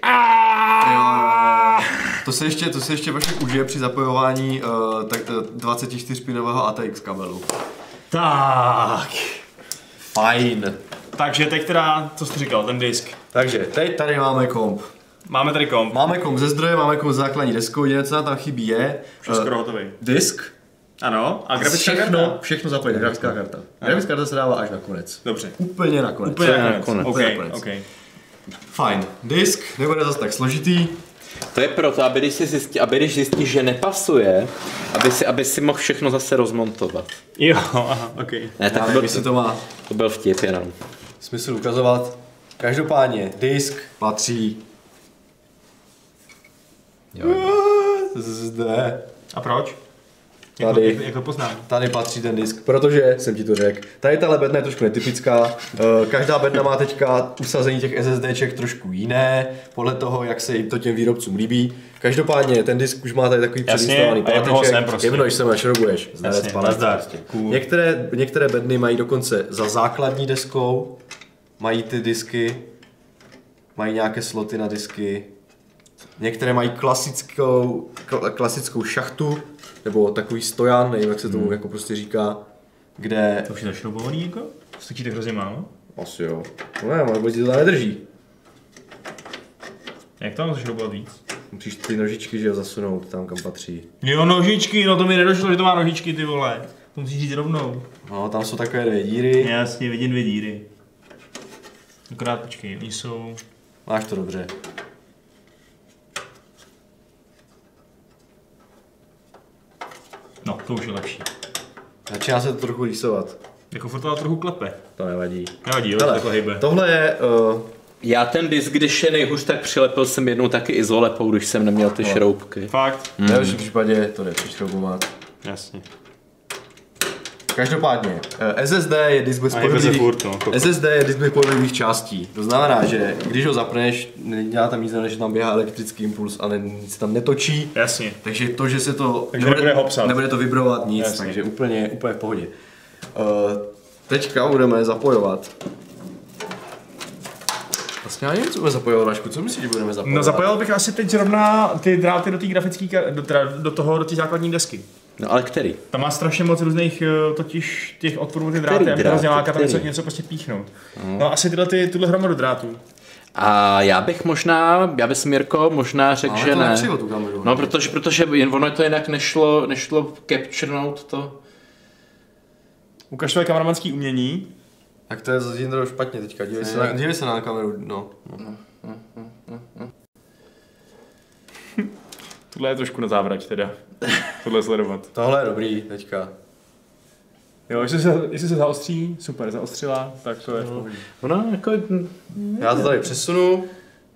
to se ještě, to se ještě Vašek užije při zapojování uh, tak, uh, dvacetičtyřpinového A T X kabelu. Tak. Fajn. Takže teď teda, co jsi říkal, ten disk. Takže teď tady máme komp. Máme tady komp. Máme komp ze zdroje, máme komp ze základní deskou, jediné, co nám tam chybí je... Už skoro hotový. Disk. Ano, a grafická všechno, karta. Všechno zapojit, grafická karta. Grafická karta se dává až nakonec. Dobře. Úplně nakonec. Úplně nakonec. nakonec. Okay, nakonec. Okay. Fajn. Disk nebude zase tak složitý. To je proto, aby když, si zjistí, aby když zjistíš, že nepasuje, aby si, aby si mohl všechno zase rozmontovat. Jo, aha, ok. Ne, tak byl, to, to má to byl vtip jenom. Smysl ukazovat. Každopádně, disk patří jo, jo. zde. A proč? Tady, jak, jak to poznám? Tady patří ten disk, protože jsem ti to řekl. Tady tahle bedna je trošku netypická. Každá bedna má teďka usazení těch SSDček trošku jiné, podle toho, jak se to těm výrobcům líbí. Každopádně ten disk už má tady takový předinstalovaný pláteček. Prostě. Jedno, když se našroubuješ. Prostě. Cool. Některé, některé bedny mají dokonce za základní deskou, mají ty disky, mají nějaké sloty na disky. Některé mají klasickou, klasickou šachtu, nebo takový stojan, nevím, jak se tomu hmm. jako prostě říká, kde... To už je zašroubovaný jako? Stačí tak hrozně málo? Asi jo. No ne, ale ti to tam nedrží. Jak to mám zašroubovat víc? Musíš ty nožičky, že jo, zasunout tam, kam patří. Jo, nožičky, no to mi nedošlo, že to má nožičky, ty vole. To musíš říct rovnou. No, tam jsou takové dvě díry. Jasně, vidím dvě díry. Akorát počkej, oni jsou... Máš to dobře. No, to už je lepší. Začíná se to trochu rýsovat. Jako furt to trochu klepe. To nevadí. Nevadí, jo, takhle hejbe. Tohle je... Uh... Já ten disk, když je nejhůř, tak přilepil jsem jednou taky izolepou, když jsem neměl ty no. šroubky. Fakt? V dalším případě to jde přišroubovat. Jasně. Každopádně, S S D je disk bez pohyblivých, no, S S D je disk bez pohyblivých částí. To znamená, že když ho zapneš, nedělá tam nic, než tam běhá elektrický impuls a ne, nic tam netočí. Jasně. Takže to, že se to takže nebude, nebude, nebude to vibrovat nic, jasně. Takže úplně, úplně v pohodě. Uh, teďka budeme zapojovat. Vlastně já nevím, co budeme zapojovat, Vašku, co myslíš, že budeme zapojovat? No zapojil bych asi teď zrovna ty dráty do té grafické, do, do toho, do té základní desky. No ale který? Tam má strašně moc různých totiž těch odporů ty dráty, a hrozně láká tam něco, něco prostě píchnout. Mm. No asi tyhle, ty, tuhle hromadu drátů. A já bych možná, já bych Mirko možná řekl, že ne. Tu kameru, no protože, protože ono to jinak nešlo, nešlo capturenout to. Ukaž tvoje kameramanský umění. Tak to je zase Jindro špatně teďka, dívej se, na, dívej se na kameru, no. no. no, no, no, no, no. Tohle je trošku na závrať teda, tohle sledovat. Tohle je dobrý teďka. Jo, jestli se, jestli se zaostří, super, zaostřila, tak to je v pohodě. Ona jako... Já to tady přesunu.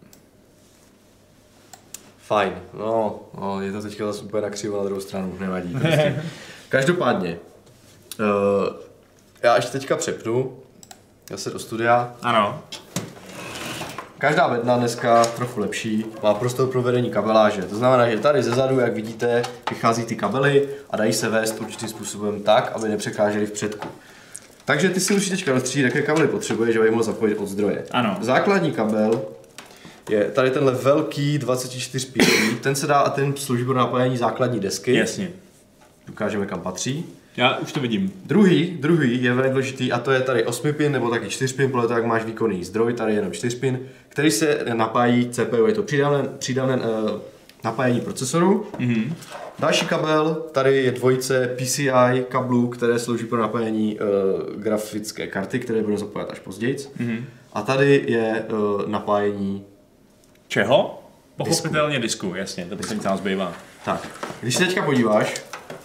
Fajn, no, no, je to teďka zase úplně nakřivo na druhou stranu, nevadí. Prostě. Každopádně, uh, já ještě teďka přepnu, zase do studia. Ano. Každá bedna dneska trochu lepší, má prostor pro vedení kabeláže. To znamená, že tady zezadu, jak vidíte, vychází ty kabely a dají se vést určitým způsobem tak, aby nepřekážely v předku. Takže ty si musíš teďka rozstřídit, jaké kabely potřebuješ, aby mohl zapojit od zdroje. Ano. Základní kabel je tady tenhle velký dvacet čtyři písní, ten se dá a ten slouží pro napájení základní desky. Jasně. Ukážeme, kam patří. Já už to vidím. Druhý, druhý je velmi důležitý a to je tady osmi pin nebo taky čtyři pin, podle toho, jak máš výkonný zdroj, tady jenom čtyři pin, který se napájí C P U, je to přídavné, přídavné uh, napájení procesoru. Mm-hmm. Další kabel, tady je dvojice P C I kablů, které slouží pro napájení uh, grafické karty, které budeme zapojit až později. Mm-hmm. A tady je uh, napájení čeho? Pochopitelně disku, disku jasně, to poslední nám zbývá. Tak, když se teďka podíváš,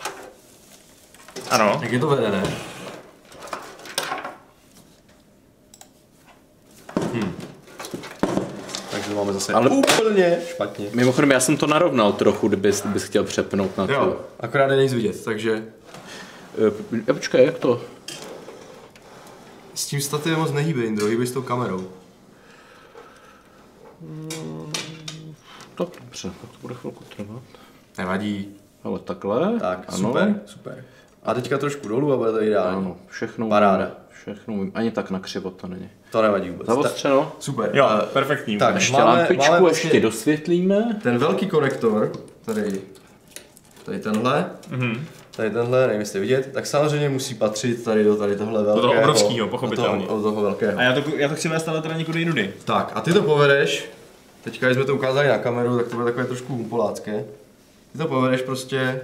ano. Jak je to vedené? Hm. Takže to máme zase ale úplně špatně. Mimochodem, já jsem to narovnal trochu, kdybys, kdybys chtěl přepnout na to. Jo, akorát není nic vidět, takže... E, počkej, jak to? S tím stativem moc nehýbe, Indro, hýbej s tou kamerou. Tak dobře, tak to bude chvilku trvat. Nevadí. Ale takhle? Tak, ano. super, super. A teďka trošku dolů a bude to ideální. Ano, všechno paráda. Umím, všechno umím. Ani tak na křivo to není. To nevadí vůbec. Zavostřeno? Super. Jo, uh, perfektní. Tak, ještě máme, lampičku máme vlastně ještě dosvětlíme. Ten velký konektor, tady, tady tenhle, mm-hmm. tady tenhle, nevím, jestli vidět, tak samozřejmě musí patřit tady do tady tohle velkého. Do toho obrovského, pochopitelně. Do toho, do toho velkého. A já to, já to chci vést ale teda někudy jinudy. Tak, a ty to povedeš, teďka když jsme to ukázali na kameru, tak to bude takové trošku humpolácké. Ty to povedeš prostě...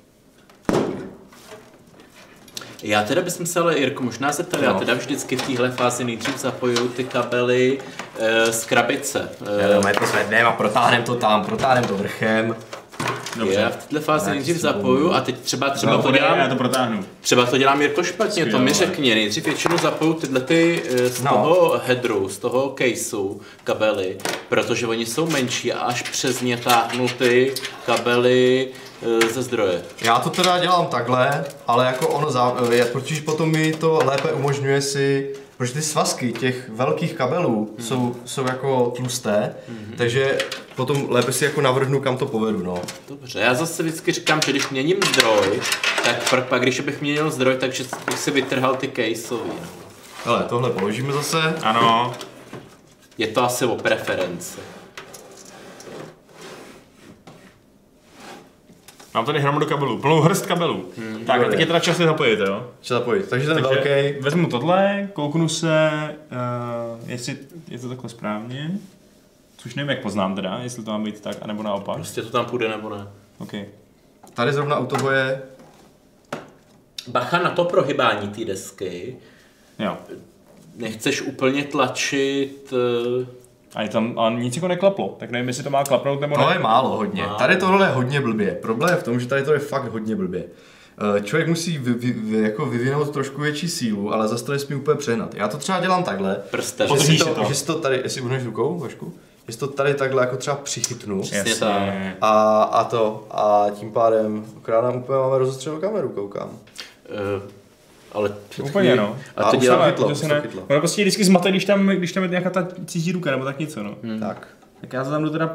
Já teda bych se ale, Jirko, možná zeptal, no. Já teda vždycky v téhle fázi nejdřív zapojuju ty kabely e, z krabice. E, já to zvedneme a protáhneme to tam, protáhneme to vrchem. Dobře. Já v této fázi nejdřív zapoju a teď třeba, třeba no, to dělám, já to protáhnu. Třeba to dělám Jirko špatně, Skvěle. To mi řekni, nejdřív většinou zapoju tyhle ty z no. toho headru, z toho caseu kabely, protože oni jsou menší a až přes ně táhnu ty kabely ze zdroje. Já to teda dělám takhle, ale jako ono, zá... protože potom mi to lépe umožňuje si, protože ty svazky těch velkých kabelů hmm. jsou, jsou jako tlusté, hmm. takže potom lépe si jako navrhnu, kam to povedu, no. Dobře, já zase vždycky říkám, že když měním zdroj, tak pak když bych měnil zdroj, takže bych si vytrhal ty caseový. Hele, tohle položíme zase. Ano. Je to asi o preferenci. Mám tady hromadu kabelů, plnou hrst kabelů. Hmm, tak, a teď je teda čas je zapojit, jo? Čas zapojit, takže ten takže velký. Vezmu tohle, kouknu se, uh, jestli je to takhle správně. Což nevím, jak poznám teda, jestli to má být tak, anebo naopak. Prostě to tam půjde, nebo ne. Okay. Tady zrovna u toho je... Bacha na to prohybání té desky. Jo. Nechceš úplně tlačit... Uh... A je tam, a nic jako neklaplo, tak nevím, jestli to má klapnout nebo ne. To je málo hodně, málo. Tady tohle je hodně blbě. Problém je v tom, že tady to je fakt hodně blbě. Člověk musí vy, vy, vy, jako vyvinout trošku větší sílu, ale zase to nesmí úplně přehnat. Já to třeba dělám takhle, Prstem. že si to, to. Že si to tady, jestli budeš rukou, Vašku, že si to tady takhle jako třeba přichytnu a, a to, a tím pádem akorát nám úplně máme rozostřenou kameru, koukám. Uh. Ale úplně no. A, a to dělá chytlo, to ne, chytlo. Ono prostě vždycky zmate, když tam, když tam je nějaká ta cizí ruka nebo tak něco, no. Hmm. Tak. Tak já to tam jdu teda...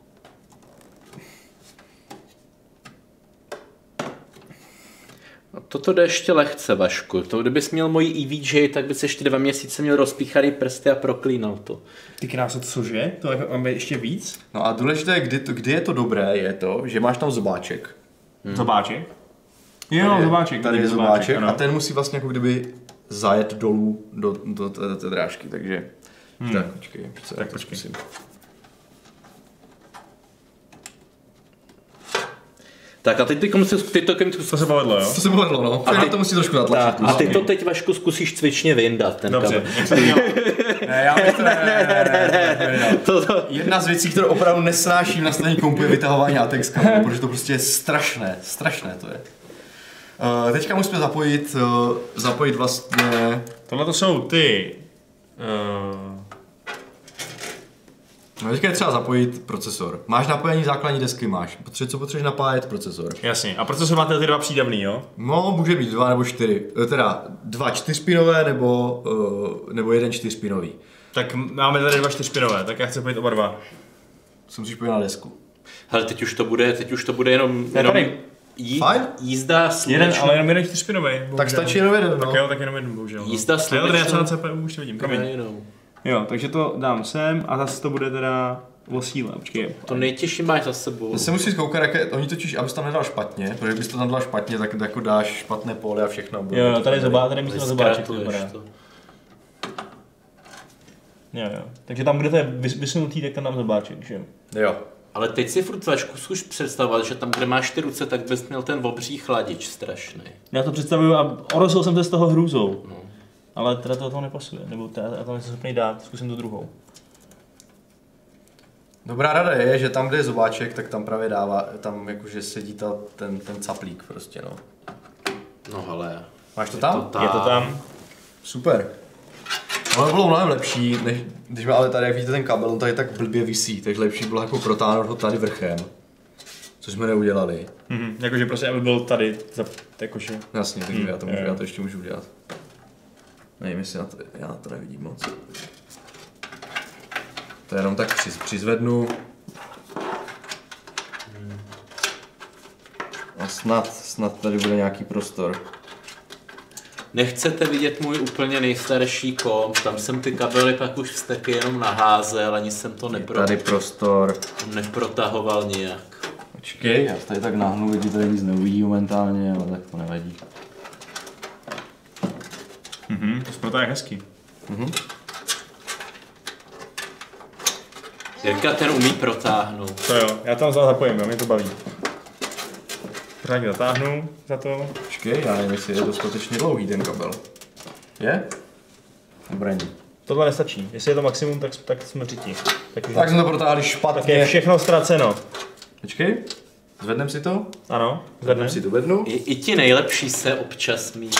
Toto jde ještě lehce, Vašku. To, kdybys měl můj E V J, tak bys ještě dva měsíce měl rozpíchaný prsty a proklínal to. Ty krása, to cože? To máme ještě víc? No a důležité, kdy, to, kdy je to dobré, je to, že máš tam zobáček. Hmm. Zobáček? Jo, tady, zobáček. Tady je zobáček a ten musí vlastně jako kdyby zajet dolů do, do té, té drážky, takže... Hmm. Tak, počkej. Tak počkej. Zkusím. Tak a teď ty komu ty to kým to se povedlo, jo? To se povedlo, no. A ty to musí trošku natlačit. A ty to teď, Vašku, zkusíš cvičně vyndat, ten kabel. Ne, já bych to ne, ne, ne, ne, ne, to, to. Jedna z věcí, kterou opravdu nesnáším na straně kompu, je vytahování A T E X kabelu, protože to prostě je strašné, strašné to je. Uh, teďka musíme zapojit, uh, zapojit vlastně... Tohle to jsou ty... Uh... No teďka je třeba zapojit procesor. Máš napojení základní desky, máš. Potřebuje, co potřebuješ napájet? Procesor. Jasně. A procesor máte ty dva přídavný, jo? No, může být dva nebo čtyři. Teda dva čtyřpinové nebo, uh, nebo jeden čtyřpinový. Tak máme tady dva čtyřpinové, tak já chci pojít oba dva. Co musíš pojít na desku. Hele, teď už to bude, teď už to bude jenom... jenom... Jí, jízda sluneční. Jeden, ale jenom jeden čtyřpinový. Tak stačí jenom jeden, no. Tak jo, tak jenom jeden, bohužel. Jízda no. sluneční. Já tady na C P U už to vidím, promiň. Jo, takže to dám sem a zase to bude teda o síle, počkej. To nejtěžší máš za sebou. To se musíš koukat, jak je, oni totiž, abys tam nedal špatně, protože kdybys to tam dal špatně, tak jako dáš špatné pole a všechno. Jo, jo, tady zobá, tady musíme zobáček, to vypadá. Jo, jo, takže tam, kde to je vysunutý, tak tam dám zobáček, že jo? Jo. Ale teď si furt Vašku zkuš představovat, že tam, kde máš ty ruce, tak bys měl ten obří chladič strašný. Já to představuju a orosl jsem to z toho hrůzou. No. Ale teda to toho nepasuje, nebo teda, já to nejsem schopný dát, zkusím tu druhou. Dobrá rada je, že tam, kde je zobáček, tak tam právě dává, tam jakože sedí ta, ten, ten caplík prostě, no. No hele. Máš to tam? To tam. Je to tam. Super. Ale bylo mnohem lepší, než když má ale tady, jak vidíte ten kabel, on tady tak blbě visí, takže lepší bylo jako protáhnout ho tady vrchem. Což jsme neudělali. Mhm, jakože prostě, aby byl tady, za, jakože... Jasně, takže hmm. já, to můžu, já to ještě můžu udělat. Nevím, jestli na to, já na to nevidím moc. To jenom tak přiz, přizvednu. A snad, snad tady bude nějaký prostor. Nechcete vidět můj úplně nejstarší komp, tam jsem ty kabely pak už vzteky jenom naházel, ani jsem to nepro... tady prostor. neprotahoval nijak. Počkej, já tady tak náhnu, lidi tady nic neuvidí momentálně, ale tak to nevadí. Mhm, to zprota je hezký. Mhm. Jirka ten umí protáhnout. To jo, já tam zapojím, jo, mě to baví. Pořádně zatáhnu za to. Počkej, já nevím, jestli je dostatečně dlouhý ten kabel. Je? Dobrý. Tohle nestačí, jestli je to maximum, tak, tak jsme řiti. Tak, tak jsme to protáhli špatně. Tak je všechno ztraceno. Počkej, zvednem si to? Ano, zvednem si tu bednu. I, I ti nejlepší se občas mílí.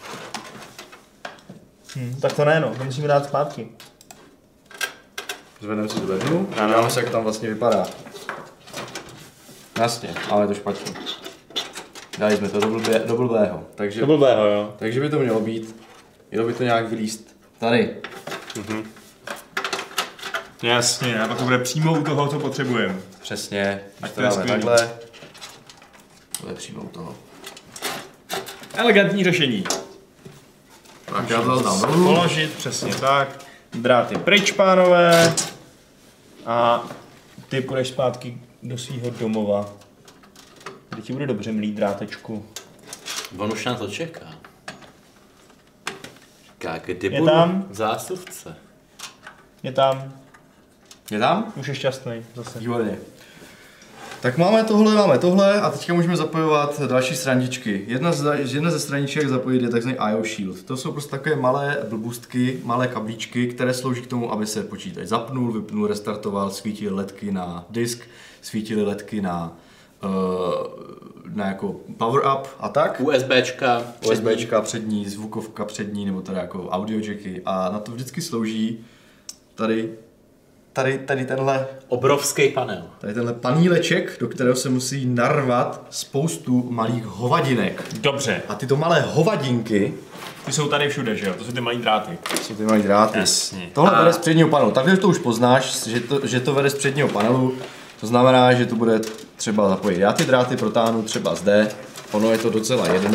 Hmm, tak to ne, no, to musíme dát zpátky. Zvedneme si tu bednu a dáme se, jak tam vlastně vypadá. Jasně, ale je to špatně. Dali jsme to do, blbě, do blbého. Takže, do blbého, jo. Takže by to mělo být. Mělo by to nějak vylíst. Tady. Mhm. Jasně, a pak to bude přímo u toho, co potřebujeme. Přesně. Ať to dáme takhle. To je přímo u toho. Elegantní řešení. Tak já to znám. Položit, přesně tak. Dráty pryč, pánové. A ty půjdeš zpátky do svého domova. Kde ti bude dobře, milý drátečku. On už na to čeká. Říká, kdy je budu tam? v zásuvce. Je tam. Je tam? Už je šťastný zase. Výborně. Tak máme tohle, máme tohle a teďka můžeme zapojovat další srandičky. Jedna z, jedna ze straniček zapojit je takzvaný I O Shield. To jsou prostě takové malé blbůstky, malé kablíčky, které slouží k tomu, aby se počítač zapnul, vypnul, restartoval, svítily ledky na disk, svítily ledky na, uh, na jako power up a tak. USBčka, USBčka přední, zvukovka přední, nebo teda jako audio jacky a na to vždycky slouží tady Tady, tady tenhle obrovský panel. Tady tenhle paníleček, do kterého se musí narvat spoustu malých hovadinek. Dobře. A tyto malé hovadinky, ty jsou tady všude, že jo? To jsou ty malý dráty. Jsou ty malý dráty. Jasně. Tohle a... vede z předního panelu. Takhle to už poznáš, že to, že to vede z předního panelu. To znamená, že to bude třeba zapojit. Já ty dráty protáhnu třeba zde. Ono je to docela jedno.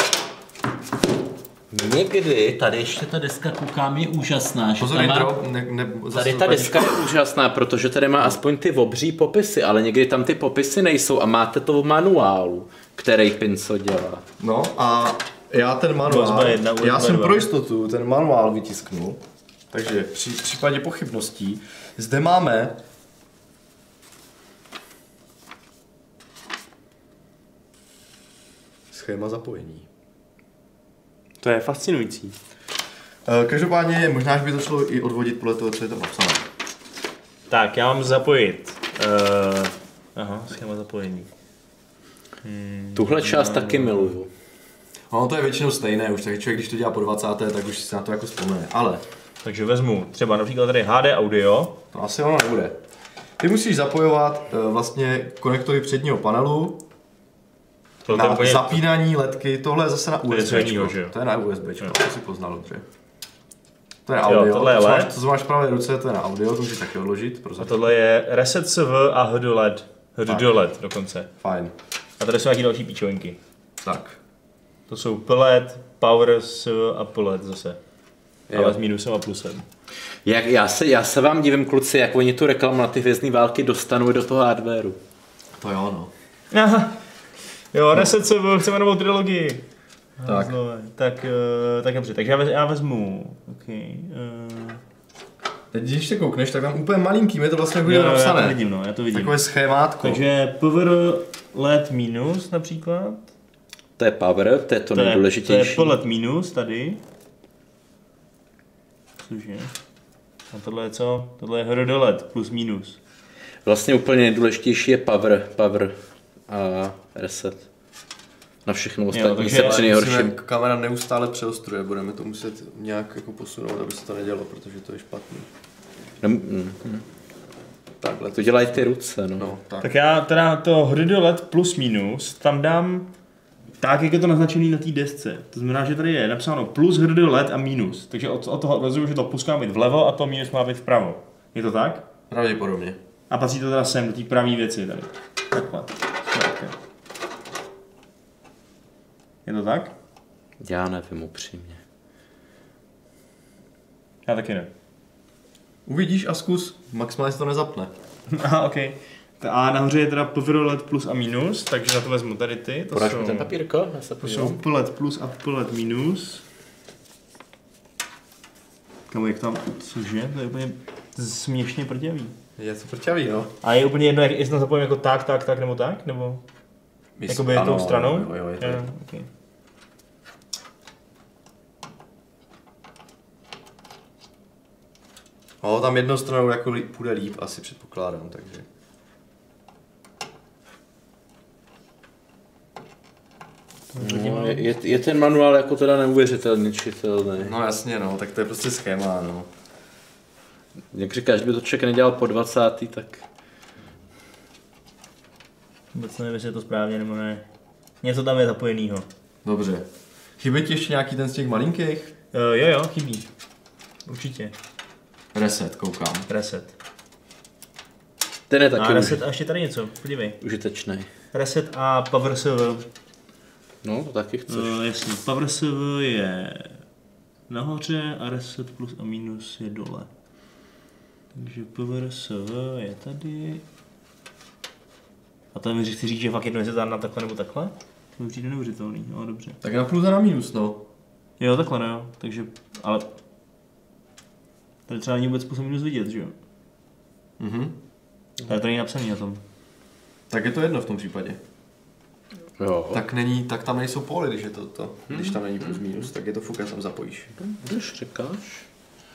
Někdy, tady ještě ta deska koukám je úžasná. Že Pozor, má, intro, ne, ne, tady ta deska je úžasná, protože tady má aspoň ty obří popisy, ale někdy tam ty popisy nejsou a máte to v manuálu, který Pinco dělá. No a já ten manuál, jedna, já jsem pro jistotu ten manuál vytisknul, takže při v případě pochybností zde máme schéma zapojení. To je fascinující. Každopádně možná, že by to šlo i odvodit podle toho, co je tam napsané. Tak, já mám zapojit. Uh, aha, schéma zapojení. Hmm, Tuhle část no, taky miluju. No to je většinou stejné už, takže člověk, když to dělá po dvacáté, tak už si na to jako vzpomene, ale... Takže vezmu třeba například tady H D audio. To asi ono nebude. Ty musíš zapojovat uh, vlastně konektory předního panelu, tohle na úplně... zapínání ledky, tohle je zase na USBčko. To je, to je na USBčko, to si poznal dobře. To je audio, jo, tohle je to, máš, to máš v pravé ruce, to je na audio, to můžeš taky odložit. A tohle je Reset S V a H D L E D. H D L E D dokonce. Fajn. A tady jsou nějaký další píčovinky. Tak. To jsou P L E D, Power S V a P L E D zase. Jo. Ale s minusem a plusem. Jak, já, se, já se vám divím, kluci, jak oni tu reklamu na ty Hvězdné války dostanou do toho hardwareu. To jo, no. Aha. Jo, Reset S V, chceme novou trilogii. Tak. Tak, uh, tak dobře, takže já, vez, já vezmu. Okay, uh... Teď, když se koukneš, tak tam úplně malinkým je to vlastně hodně napsané. Já to vidím, no, já to vidím. Takové schémátko. Takže Power L E D minus například. To je power, to je to, to nejdůležitější. To je P L E D minus tady. Cože? A tohle je co? Tohle je H D L E D plus minus. Vlastně úplně nejdůležitější je power, power a reset. Na všechno ostatní se při nejhorším. Kamera neustále přeostruje, budeme to muset nějak jako posunout, aby se to nedělo, protože to je špatný. No, mm, mm. Takhle. To dělají ty ruce, no. no tak. tak já teda to H D L E D plus minus tam dám tak, jak je to naznačený na té desce. To znamená, že tady je napsáno plus H D L E D a minus. Takže od, od toho rozumím, že to plus má být vlevo a to minus má být vpravo. Je to tak? Pravděpodobně. A patří to teda sem, do té pravé věci tady. Takhle. Zkrátka. Je to tak? Já nevím upřímně. Já taky ne. Uvidíš a zkus, maximálně se to nezapne. Aha, ok. A nahoře je teda Power L E D plus a minus, takže na to vezmu tady ty. To Podáš jsou, mi ten papírko? Já se to jsou P L E D plus a P L E D minus. Kamu, jak tam, cože? To je úplně směšně prťavý. Je to prťavý, no. A je úplně jedno, jestli to zapojím jako tak, tak, tak nebo tak? Nebo jakoby tou stranou? Jo, jo, je to. Jo, okay. No, tam jednou stranou jako půjde líp, asi předpokládám, takže. No, je, je ten manuál jako teda neuvěřitelně čitelný. No jasně, no, tak to je prostě schéma, no. Jak říkáš, by to člověk nedělal po dvacátý, tak... Vůbec nevím, jestli je to správně nebo ne. Něco tam je zapojenýho. Dobře. Chybí ti ještě nějaký ten z těch malinkých? Uh, jo, jo, chybí. Určitě. Reset, koukám. Reset. Ten je taky a reset a ještě tady něco, podívej. Užitečný. Reset a Power S V. No, to taky chceš. Uh, jasně, Power S V je nahoře a Reset plus a minus je dole. Takže Power S V je tady. A to mi chci říct, že fakt jedno, jestli to dám na takhle nebo takhle? To mi přijde neuvěřitelný, no dobře. Tak na plus a na minus, no. Jo, takhle ne, jo. Takže, ale... Tady třeba není vůbec plus a minus vidět, že jo? Mhm. Tady to není napsaný na tom. Tak je to jedno v tom případě. Jo. Tak není, tak tam nejsou póly, když je to to. Hmm. Když tam není plus minus, tak je to fuk, tam zapojíš. Když říkáš.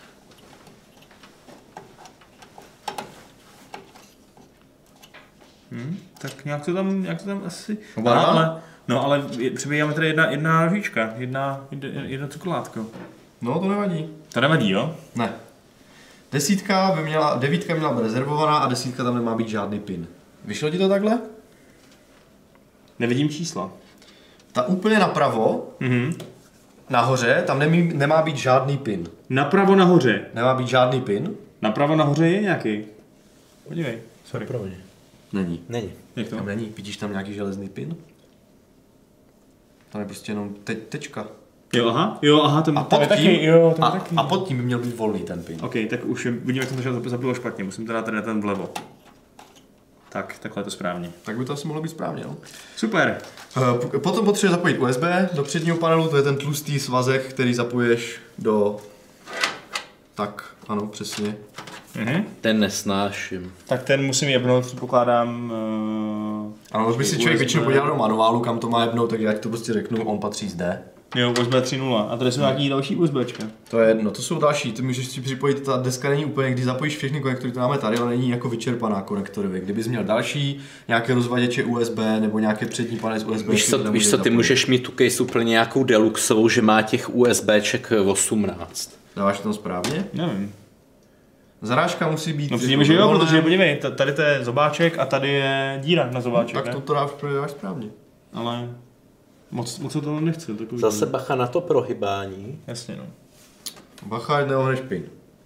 Hmm, tak nějak to tam, nějak to tam asi... No, ale, no ale přibýváme tady jedna, jedna nožička, jedna, jedna, jedna cukrlátko. No to nevadí. To nevadí, jo? Ne. Desítka by měla, devítka měla být rezervovaná a desítka tam nemá být žádný pin. Vyšlo ti to takhle? Nevidím čísla. Ta úplně napravo, mhm. Nahoře, tam nemí, nemá být žádný pin. Napravo nahoře. Nemá být žádný pin? Napravo nahoře je nějaký. Podívej. Sorry. Napravo. Není. Není. Jak to? Tam není. Vidíš tam nějaký železný pin? Tam je prostě jenom te- tečka. Jo, aha, jo, aha, tam, a tam je tím, taky, jo, tam a, je taky. A pod tím by měl být volný ten pin. Ok, tak už je, vidím, jak jsem to zapilo špatně, musím teda tady ten vlevo. Tak, takhle je to správně. Tak by to asi mohlo být správně, no. Super. Uh, potom potřebuje zapojit U S B do předního panelu, to je ten tlustý svazek, který zapoješ do... Tak, ano, přesně. Mhm. Ten nesnáším. Tak ten musím jebnout, předpokládám... Uh, ano, už by si člověk většinou podíval do manuálu, kam to má jebnout, tak já ti to prostě řeknu, on patří zde. Jo, U S B tři tečka nula. A tady jsou nějaký další USBčka. To je jedno, to jsou další, ty můžeš si připojit, ta deska není úplně, když zapojíš všechny konektory, které máme tady, ale není jako vyčerpaná konektorově. Kdybys měl další, nějaké rozvaděče U S B nebo nějaké přední panely z U S B. Víš co, víš co ty můžeš mít tu case úplně nějakou deluxovou, že má těch USBček osmnáct. Dáváš to správně? Nevím. Zarážka musí být... No přijde, že jo, protože podívej, tady to je zobáček a tady je díra na zobáček, no, tak to, to dáš, dáš správně. Ale moc, moc to nechci. Takový Zase bacha na to prohybání. Jasně, no. Bacha, ať neohneš pin.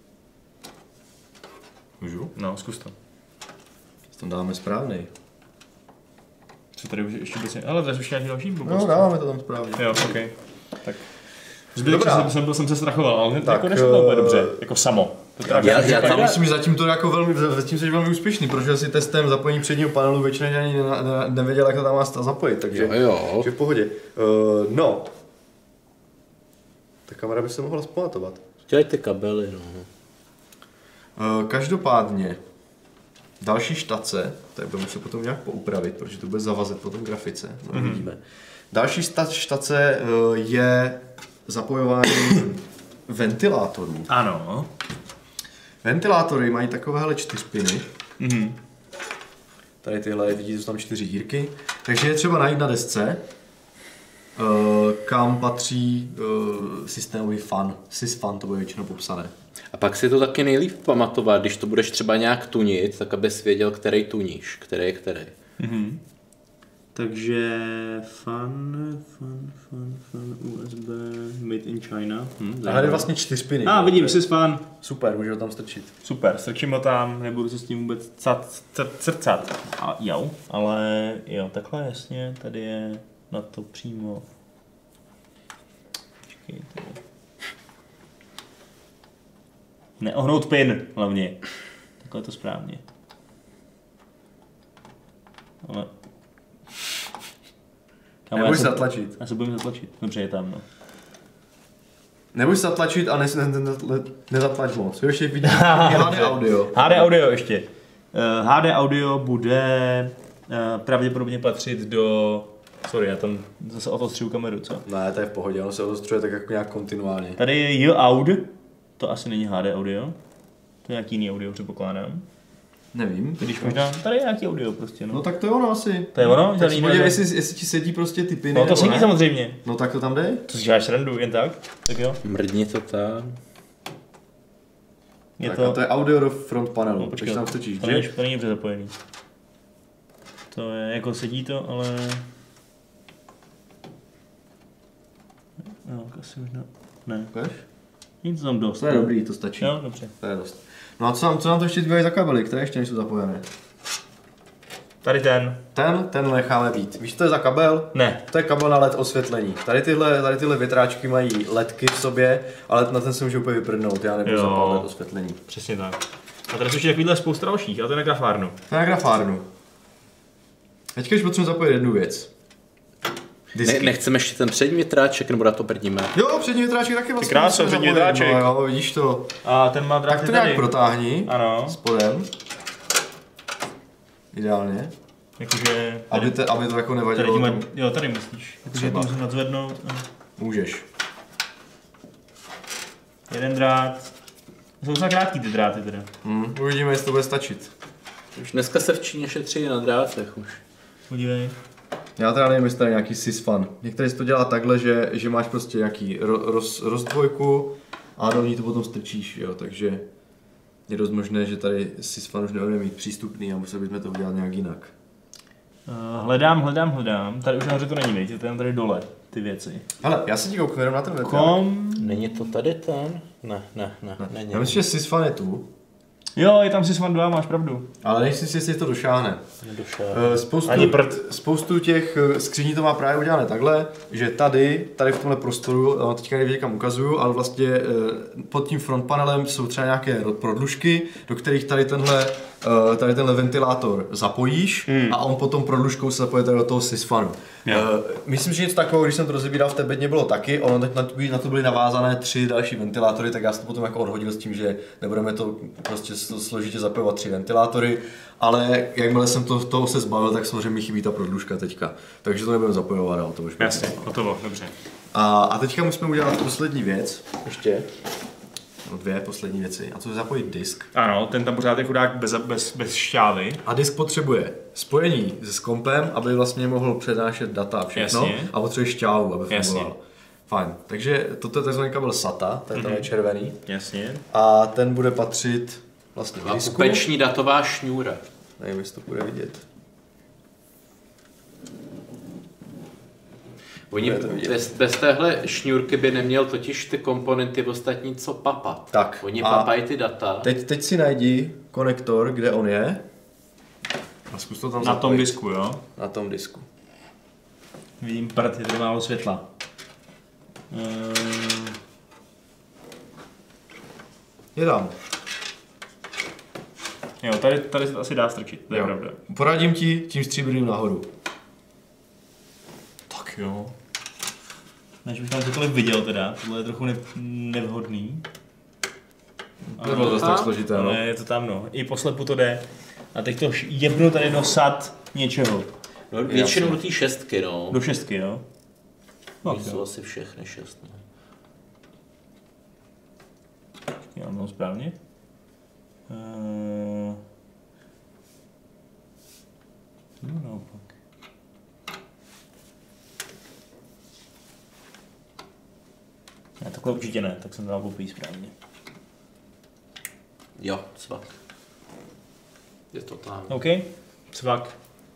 Můžu? No, zkus to. To dáme správný. Co tady už ještě bez... Ale tady už nějaký další blbost. No, dáváme to tam správně. Jo, ok. Tak. Zbytečně jsem, jsem, jsem se strachoval, ale tak, jako nešlo úplně dobře, jako samo. Já, já, já tam myslím, že zatím to jako velmi, zatím jsi velmi úspěšný, protože si testem zapojení předního panelu většina ani ne, ne, nevěděl, jak to tam má zapojit, takže jo, jo. v pohodě. Uh, no, ta kamera by se mohla zpamatovat. Dělej ty kabely, no. Uh, každopádně, další štace, tak budeme se potom nějak poupravit, protože to bude zavazet potom grafice, no, mm-hmm. vidíme. Další štace uh, je zapojování ventilátorů. Ano. Ventilátory mají takovéhle čtyřpiny. Mm-hmm. Tady tyhle, vidíte, jsou tam čtyři dírky. Takže je třeba najít na desce, kam patří systémový fan. Sysfan to bude většinou popsané. A pak si to taky nejlíp pamatovat, když to budeš třeba nějak tunit, tak abys věděl, který tuníš, který je který. Mm-hmm. Takže fan, fan, fan, fan, U S B, made in China. Hm, a tady vlastně čtyřpiny. A ah, vidím, jsi fan. Super, můžu ho tam strčit. Super, strčím ho tam, nebudu se s tím vůbec cat, cat, crcat. A jo, ale jo, takhle jasně, tady je na to přímo. Počkej, tady. Neohnout pin, hlavně. Takhle je to správně. Ale... Neboj se zatlačit. Já se budem zatlačit, dobře je tam, no. Neboj se zatlačit a ne, ne, ne, ne, nezatlač moc. Jo, ještě vidíš H D audio. H D audio ještě. Uh, H D audio bude uh, pravděpodobně patřit do... Sorry, já tam zase odostřuju kameru, co? Ne, to je v pohodě, ono se odostřuje tak jako nějak kontinuálně. Tady je J-Aud, to asi není H D audio. To je nějaký jiný audio, předpokládám. Nevím. Když možná, tady je nějaký audio prostě, no. No tak to je ono asi. To je ono? Tak si podívej, jestli, jestli ti sedí prostě ty piny. No to sedí samozřejmě. No tak to tam dej. To si děláš randu, jen tak? Tak jo. Mrdni to tam. Je tak to... a to je audio do front panelu, no, počkej, takže tam strčíš to, to není dobře zapojený. To je, jako sedí to, ale... No, asi možná... Ne. Ukaž? Nic tam dost. To je dobrý, to stačí. Jo, dobře. To je dost. No a co nám, co nám to ještě zbývají za kabely, které ještě nejsou zapojené? Tady ten. Ten, ten necháme být. Víš, co to je za kabel? Ne. To je kabel na L E D osvětlení. Tady tyhle, tady tyhle větráčky mají ledky v sobě, ale na ten se může úplně vyprdnout, já nebudu zapálit L E D osvětlení. Přesně tak. A tady jsou ještě takovýhle spousta dalších, ale to je na grafárnu. To je na grafárnu. Teďka už potřebujeme zapojit jednu věc. Ne, nechceme ještě ten přední větráček, nebo na to prdíme? Jo, přední větráček taky vlastně. Krása, přední větráček. No, jo, vidíš to. A ten má dráty tak to tady. nějak protáhni. Ano. Spodem. Ideálně. Jakože... Aby, te, aby to jako nevadilo. Tady má, jo, tady myslíš. Jakože to musím nadzvednout. A... Můžeš. Jeden drát. Jsou docela krátký ty dráty teda. Hmm, uvidíme, jestli to bude stačit. Už dneska se v Číně šetří na drátech už. Podívej. Já teda nevím, jestli tady nějaký sysfan. Některý si to dělá takhle, že, že máš prostě nějaký ro, roz, rozdvojku a do ní to potom strčíš, jo, takže je dost možné, že tady sysfan už nebudeme mít přístupný a museli bychom to udělat nějak jinak. Uh, hledám, hledám, hledám. Tady už nahoře to není, viď? Je to jen tady dole, ty věci. Hele, já se ti kouknu jenom na ten větrák. Kom... Není to tady ten? Ne, ne, ne, ne. není. Já myslím, že sysfan je tu. Jo, je tam Sysfan dva, máš pravdu. Ale nejsi si, jestli to došáhne. Nedošáhne. Spoustu, Ani prd. spoustu těch skříní to má právě udělané takhle, že tady, tady v tomhle prostoru, teďka nevím, kam ukazuju, ale vlastně pod tím front panelem jsou třeba nějaké prodlužky, do kterých tady tenhle, tady tenhle ventilátor zapojíš hmm. a on potom prodlužkou se zapojí do toho sysfanu. Yeah. Myslím, že něco takového, když jsem to rozebíral v té bedně, bylo taky, ono teď na to byly navázané tři další ventilátory, tak já jsem to potom jako odhodil s tím, že nebudeme to prostě složitě zapojovat tři ventilátory, ale jakmile jsem to, toho se zbavil, tak samozřejmě mi chybí ta prodlužka teďka, takže to nebudeme zapojovat dál, to už. Jasně, hotovo, dobře. A, a teďka musíme udělat poslední věc. Ještě. No dvě poslední věci. A to je zapojit disk. Ano, ten tam pořád je chudák bez, bez, bez šťávy. A disk potřebuje spojení s kompem, aby vlastně mohl přenášet data a všechno. Jasně. A potřebuje šťávu, aby fungoval. Jasně. Fajn. Takže toto je takzvaný kabel SATA, ten tam je červený. Jasně. A ten bude patřit vlastně k disku. Kupeční datová šňůra. Nevím, jestli to bude vidět. Oni bez, bez téhle šňůrky by neměl totiž ty komponenty ostatní co papat. Tak. Oni papají ty data. Teď, teď si najdi konektor, kde on je. A zkus to tam Na zapojit. tom disku, jo? Na tom disku. Vidím prd, je tady málo světla. Uh... Je tam. Jo, tady, tady se to asi dá strčit, to je Jo. pravda. Poradím ti tím stříbrným nahoru. Tak jo. Než bych tam cokoliv viděl teda, tohle je trochu ne- nevhodný. Nebylo to tak složité, no. Ale je to tam, no. I po slepu to jde. A teď to jebnu tady do sad něčeho. No, většinou do té šestky, no. Do šestky, jo? No, No, jsou asi všechny šest, no. Já mám správně. Uh... No, naopak. Ne, takhle určitě ne, tak jsem to dal poprvé správně. Jo, cvak. Je to tam. OK, cvak.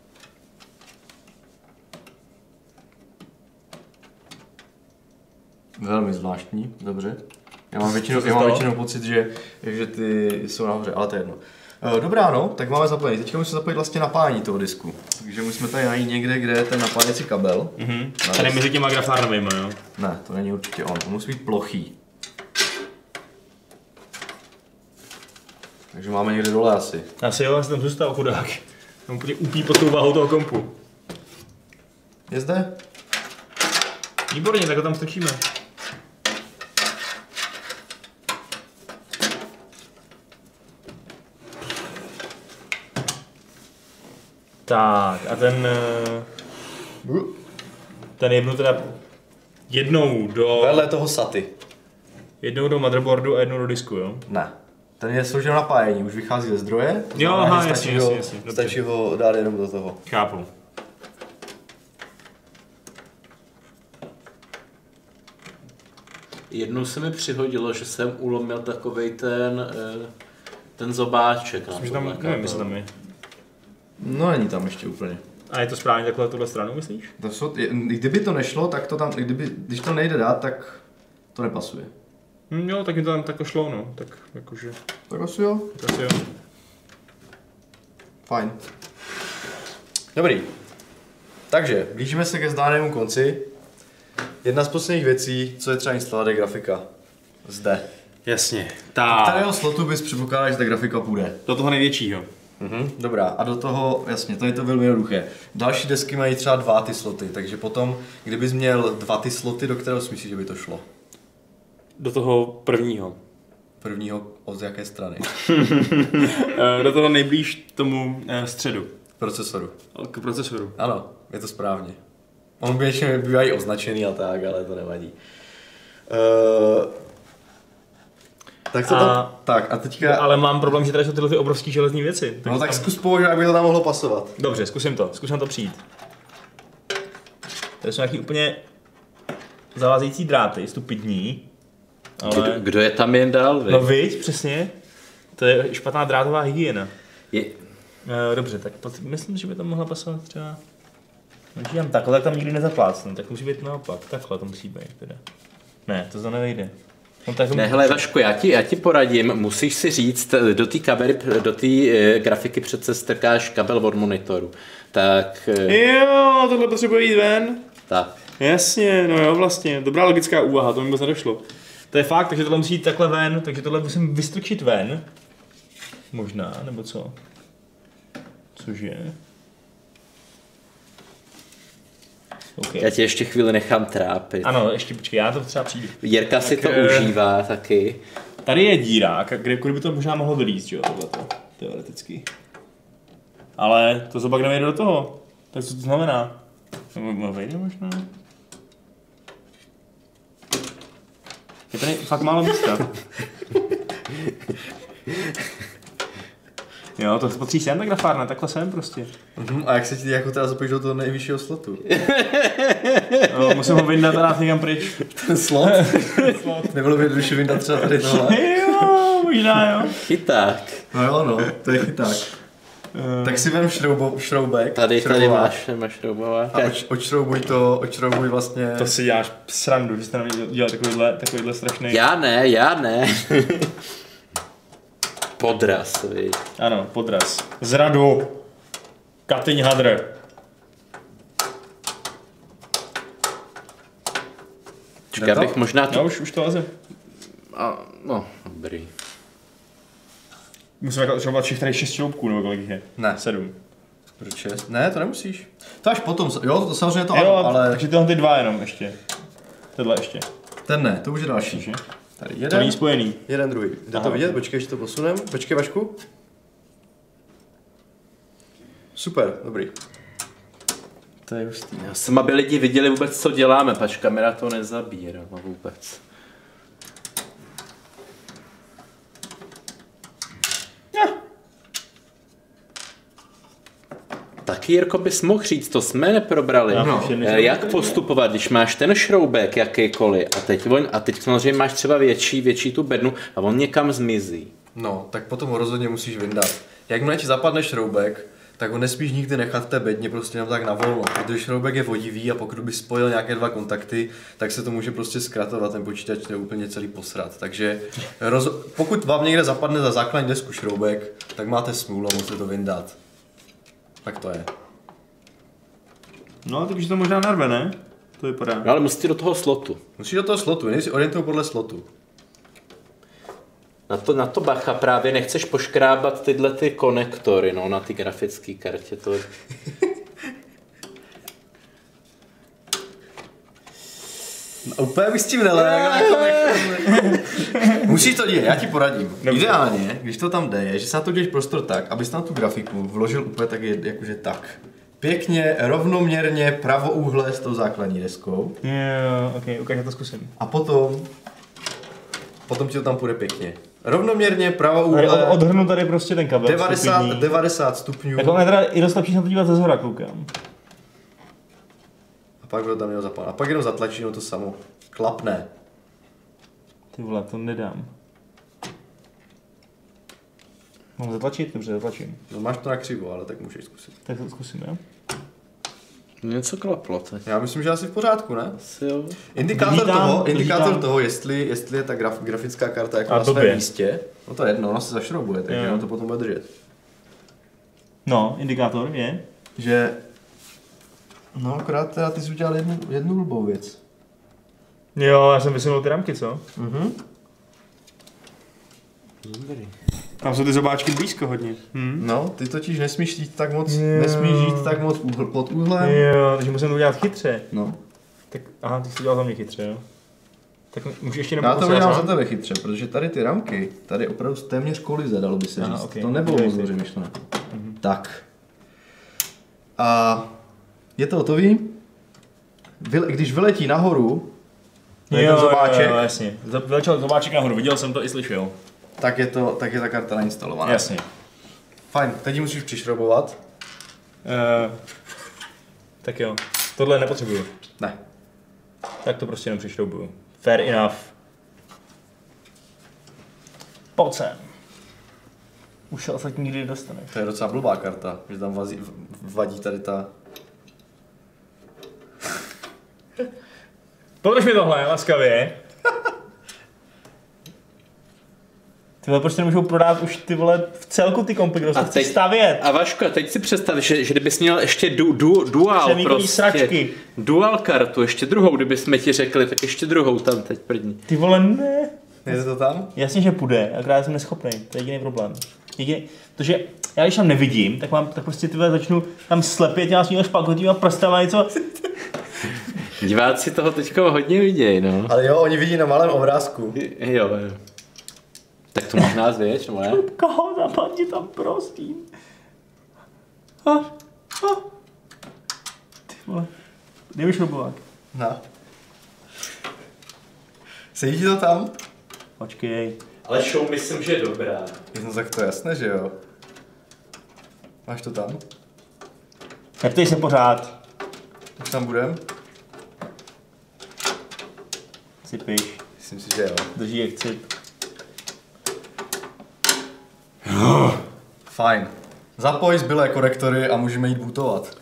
Velmi zvláštní, dobře. Já mám většinou, já mám většinou pocit, že, že ty jsou nahoře, ale to je jedno. Dobrá, no, tak máme zapojení. Teďka musíme zapojit vlastně napájení toho disku. Takže musíme tady najít někde, kde je ten napájecí kabel. Mhm. Tady mezi těma grafárnovými, jo? Ne, to není určitě on, on musí být plochý. Takže máme někde dole asi. Asi jo, asi tam zůstal chudák. Tam úplně upí pod tou váhou toho kompu. Je zde? Výborně, tak ho tam strčíme. Tak a ten... Ten jebnu teda jednou do... Vedle toho saty. Jednou do motherboardu a jednou do disku, jo? Ne. Ten je složen napájení, už vychází ze zdroje. Jo, znamená, aha, že jasně, stačí jasně, ho, jasně, dobře. stačí ho dát jenom do toho. Chápu. Jednou se mi přihodilo, že jsem ulomil takovej ten, ten zobáček. Myslím, že tam, nevím, jestli tam je. No není tam ještě úplně. A je to správně takhle tuhle stranu, myslíš? To jsou, je, kdyby to nešlo, tak to tam, kdyby, když to nejde dát, tak to nepasuje. Hm, jo, tak mi to tam takhle šlo, no. Tak jakože... Tak asi jo. Tak asi jo. Fajn. Dobrý. Takže, blížíme se ke zdárnému konci. Jedna z posledních věcí, co je třeba instalovat, je grafika. Zde. Jasně. Do Tak. kterého slotu bys předpokládal, že ta grafika půjde? Do toho největšího. Mhm, dobrá, a do toho, jasně, to je to velmi jednoduché. Další desky mají třeba dva ty sloty, takže potom, kdybys měl dva ty sloty, do kterého si myslíš, že by to šlo? Do toho prvního. Prvního od jaké strany? Do toho nejblíž tomu středu. Procesoru. K procesoru. Ano, je to správně. On běžně bývají označený a tak, ale to nevadí. Uh, tak to a, tam, tak a teďka... Ale mám problém, že tady jsou tyhle ty obrovský železní věci. No tak tam... zkus použít, aby to tam mohlo pasovat. Dobře, zkusím to, zkusím to přijít. To jsou nějaký úplně zavázející dráty, stupidní. Ale... Kdo, kdo je tam jen dal, vy? No viď, přesně. To je špatná drátová hygiena. Je... E, dobře, tak myslím, že by tam mohla pasovat třeba... Když dám takhle, tak tam nikdy nezaplácnu, tak musí být naopak. Takhle to musí být teda. Ne, to to nevejde. No, tak Ne, hele, Vašku, já ti, já ti poradím, musíš si říct, do té kamery, do té e, grafiky přece strkáš kabel od monitoru. Tak... E, jo, tohle potřebuje jít ven. tak. Jasně, no jo, vlastně. Dobrá logická úvaha, to mi vůbec nedošlo. To je fakt, takže tohle musí jít takhle ven, takže tohle musím vystrčit ven. Možná, nebo co? Cože? Okay. Já tě ještě chvíli nechám trápit. Ano, ještě počkej, já to třeba přijdu. Jirka tak si to e... užívá taky. Tady je díra, kde by to možná mohlo vylízt, že jo, tohleto, teoreticky. Ale to se pak nevejde do toho. Tak co to znamená? No vejde možná? Je tady fakt málo místa. Jo, to patří sem ta grafárna, takhle sem prostě. Uh-huh. A jak se ti jako teda zapojíš do toho nejvyššího slotu? No, musím ho vyndat a dát někam pryč. Ten slot? Nebylo by jednoduše vyndat třeba tady tohle? Jo, možná jo. Chyták. No jo, no, to je chyták. Uh, tak si vem šroubo, šroubek. Tady, tady máš, máš šroubovák. A oč, očroubuj to, očroubuj vlastně... To si děláš srandu, že jste na mě dělal takovýhle, takovýhle strašný... Já ne, já ne. Podraz, víš. Ano, podraz. Zradu. Katyň hadr. Čekaj, abych možná to... No, už, už to leze. A, no, dobrý. Musím jako šroubat všech tady šest šroubků, nebo kolik je? Ne. Sedm. Proč šest? Ne, to nemusíš. To až potom, jo, to samozřejmě to jo, ano, ale... takže tyhle ty dva jenom ještě. Tohle ještě. Ten ne, to už je další. Že? Tady jeden. To není spojený. Jeden druhý. Jde to vidět? Počkej, že to posunem. Počkej, Vašku. Super, dobrý. To je hustý. Já jsem, aby lidi viděli vůbec, co děláme, pač kamera to nezabírá vůbec. Ja. Taky, Jirko, bys mohl říct, to jsme neprobrali. No. Jak postupovat, když máš ten šroubek jakýkoliv a teď, on, a teď samozřejmě máš třeba větší, větší tu bednu a on někam zmizí. No, tak potom ho rozhodně musíš vyndat. Jakmile ti zapadne šroubek, tak ho nesmíš nikdy nechat v té bedně prostě jenom tak na volno. Protože šroubek je vodivý a pokud by spojil nějaké dva kontakty, tak se to může prostě zkratovat, ten počítač je úplně celý posrat. Takže roz... pokud vám někde zapadne za základní desku šroubek, tak máte smůlu a musíte to vyndat. Tak to je. No, takže to možná narve, ne? To vypadá. No, ale musíte do toho slotu. Musíš do toho slotu, nejsi orientují podle slotu. Na to, na to bacha, právě nechceš poškrábat tyhle ty konektory, no, na ty grafické kartě. To... No, úplně bych s tím nelel. Musíš to dělat, já ti poradím. Dobře. Ideálně, když to tam jde, je, že se na to děláš prostor tak, abys tam tu grafiku vložil úplně tak, jakože tak. Pěkně, rovnoměrně, pravoúhle s tou základní deskou. Jo, ok, ukáž, já to zkusím. A potom, potom ti to tam půjde pěkně. Rovnoměrně, pravoúhle. Od, odhrnu tady prostě ten kabel. devadesát, devadesát stupňů. Tak on je teda i dost lepší se na to dívat ze zhora, koukám. A pak ho tam jenom zapálí. A pak jenom zatlačí, no to samo. Klapne. Ty vole, to nedám. Mám zatlačit? Dobře, zatlačím. No máš to na křivo, ale tak můžeš zkusit. Tak to zkusím, jo? Něco klaplo teď. Já myslím, že asi v pořádku, ne? Asi jo. Indikátor Vidítám, toho, indikátor vidítám. toho, jestli, jestli je ta graf, grafická karta jako A na svém blbě. místě. No to je jedno, ona se zašroubuje, takže Jo. ono to potom bude držet. No, indikátor je. Že... No akorát teda ty jsi udělal jednu, jednu blbou věc. Jo, já jsem vysunul ty ramky, co? Mhm. Dobrý. Tam jsou ty zobáčky blízko hodně. Hm? No, ty totiž nesmíš jít tak moc, Jo. nesmíš jít tak moc úhl, pod úhlem. Jo, takže musím to udělat chytře. No. Tak, aha, ty jsi to dělal za mě chytře, jo? Tak můžeš ještě Já nebo to udělám za tebe chytře, protože tady ty ramky, tady opravdu téměř kolize, dalo by se Aha, říct. okay. To nebylo moc dobře myšlené. Mm-hmm. Tak. A je to hotový. Vyle, když vyletí nahoru, Jo, ten zobáček, jo, jo, jasně. Vyletěl zobáček nahoru, viděl jsem to i slyšel. tak je, to, tak je ta karta nainstalovaná. Jasně. Fajn, teď ji musíš přišroubovat. Uh, tak jo, tohle nepotřebuju. Ne. Tak to prostě jenom přišroubuju. Fair enough. Pojď sem. Už se ostatní nikdy nedostaneš. To je docela blbá karta, že tam vazí, vadí tady ta... Podrž mi tohle, laskavě. Tyhle proč nemůžou prodat už ty vole v celku ty kompy, kdo se chce stavět. A Vaško, teď si představ, že, že kdybys měl ještě du, du, dual Přemíkový prostě, sračky. dual kartu, ještě druhou, kdybychom ti řekli, tak ještě druhou tam teď první. Ty vole, ne. Je to tam? Jasně, že půjde, akorát jsem neschopný, to je jediný problém. Jediný, protože já když tam nevidím, tak mám, tak prostě ty vole začnu tam slepět těma svýma špagotýma prstama něco. Diváci toho teďka hodně vidějí, no. Ale jo, oni vidí na malém obrázku. Jo, jo. Tak to možná zvědět, nebo ne? Koho zapadni tam prostým. A, a. Ty vole, nevíš robovák. No. Sedí ti to tam? Počkej. Ale show myslím, že je dobrá. No tak to je jasné, že jo. Máš to tam? Neptej se pořád. Už tam budem? Sypiš. Myslím si, že jo. Drží jak cip. Fajn. Zapoj zbylé korektory a můžeme jít bootovat.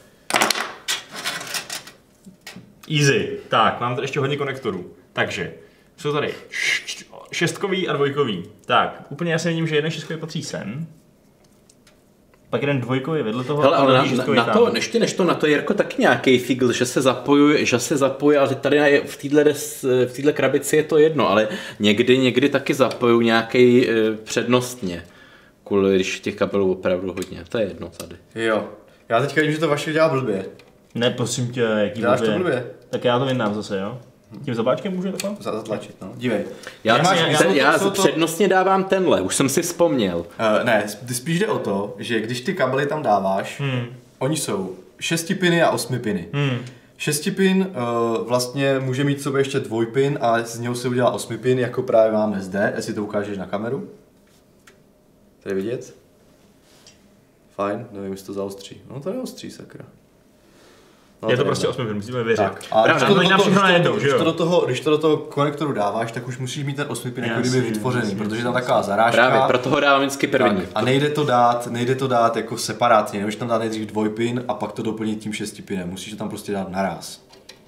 Easy. Tak, mám tady ještě hodně konektorů. Takže, jsou tady šestkový a dvojkový. Tak, úplně jasně vidím, že jeden šestkový patří sem. Pak jeden dvojkový vedle toho. Hele, ale na, na, na to, ještě než to, na to Jirko taky nějaký figl, že se zapojuje, že se zapojuje, ale tady v téhle v téhle krabici je to jedno, ale někdy, někdy taky zapojují nějaký e, přednostně. Kvůli, když těch kabelů opravdu hodně, to je jedno tady. Jo. Já teďka vím, že to vaše dělá blbě. Ne, prosím tě, jaký Děláš blbě. to blbě? Tak já to vyndám zase, jo? Tím zabáčkem můžu takhle? Zatlačit, no. Dívej. Já, Nemáš, já, jsou to, já jsou to... přednostně dávám tenhle, už jsem si vzpomněl. Uh, ne, spíš jde o to, že když ty kabely tam dáváš, hmm. oni jsou šesti piny a osmi piny. Hmm. Šesti pin uh, vlastně může mít v sobě ještě dvojpin a z něho se udělá osmi pin, jako právě máme zde, jestli to ukážeš na kameru. Tady vidět? Fajn, nevím, jestli to zaostří. No to neostří, sakra. No, je to prostě osmi pin, musíme věřit. Tak. A Pravda, když, to, to, to, to, to, jednou, když, to do toho, když to do toho konektoru dáváš, tak už musíš mít ten osmi pin jako kdyby vytvořený, jasný, protože tam taková zarážka. Právě, proto ho dávám vždycky první. Tak, a nejde to dát, nejde to dát jako separátně, nemůžeš tam dát nejdřív dvojpin a pak to doplnit tím šestipinem, musíš to tam prostě dát naraz.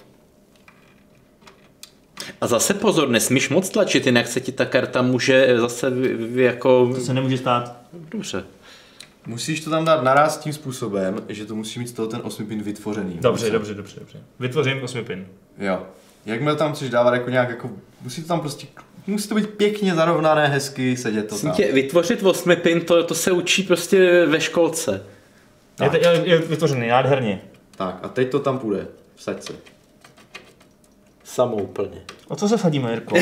A zase pozor, nesmíš moc tlačit, jinak se ti ta karta může zase vy, vy jako... To se nemůže stát. Dobře. Musíš to tam dát naraz tím způsobem, že to musí mít z toho ten osmi pin vytvořený. Dobře, dobře, dobře, dobře. Vytvořím osmi pin. Jo. Jakmile tam chceš dávat jako nějak jako, musí to tam prostě, musí to být pěkně zarovnané, hezky, sedět to tam. Tě, vytvořit osmi pin, to, to se učí prostě ve školce. Je, to, je, je vytvořený, nádherně. Tak a teď to tam půjde, vsaď se. Samo úplně. O co se sadíme, Jirko?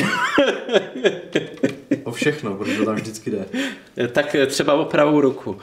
O všechno, protože to tam vždycky jde. Tak třeba o pravou ruku.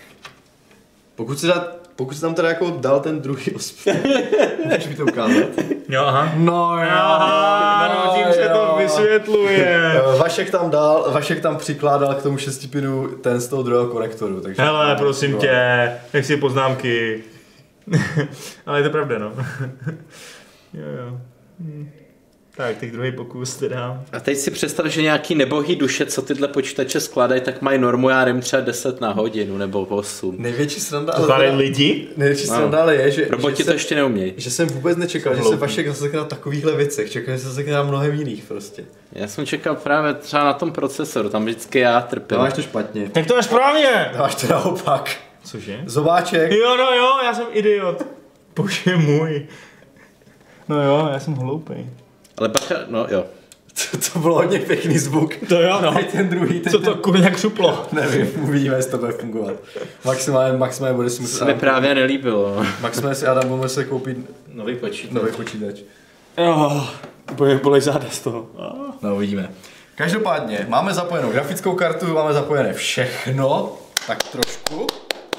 Pokud si, dá, pokud si tam teda jako dal ten druhý osm, můžeš mi to ukázat? Jo, aha. No jo, aha, tím se to vysvětluje. Vašek tam dal, Vašek tam přikládal k tomu šestipinu ten z toho druhého konektoru. Takže hele, prosím tě, nech si poznámky. Ale je to pravda, no. Jo, jo. Hm. Tak, teď druhý pokus teda. A teď si představ, že nějaký nebohý duše, co tyhle počítače skládají, tak mají normu, já nevím, třeba deset na hodinu nebo osm. Největší sranda, to ale lidi? Největší sranda ale je, že, roboti že to jsem, ještě neumějí. Že jsem vůbec nečekal, že se Vašek zasekne na takovýchhle věcech, čekal, že se zasekne na mnohem jiných prostě. Já jsem čekal právě třeba na tom procesoru, tam vždycky já trpěl. Dáváš to špatně. Tak to je správně! Dáváš to naopak. Cože? Zobáček. Jo, no jo, já jsem idiot. Bože můj. No jo, já jsem hloupej. Ale bacha, no jo. To, to bylo hodně pěkný zvuk. To jo, no. Teď ten druhý. Teď co to kurňa křuplo? Nevím, uvidíme, jestli to bude fungovat. Maximálně, maximálně bude si muset... Se mi právě nelíbilo. Maximálně si Adam bude se koupit nový počítač. Nový počítač. Oh, bude bolej záda z toho. Oh. No uvidíme. Každopádně, máme zapojenou grafickou kartu, máme zapojené všechno, tak trošku.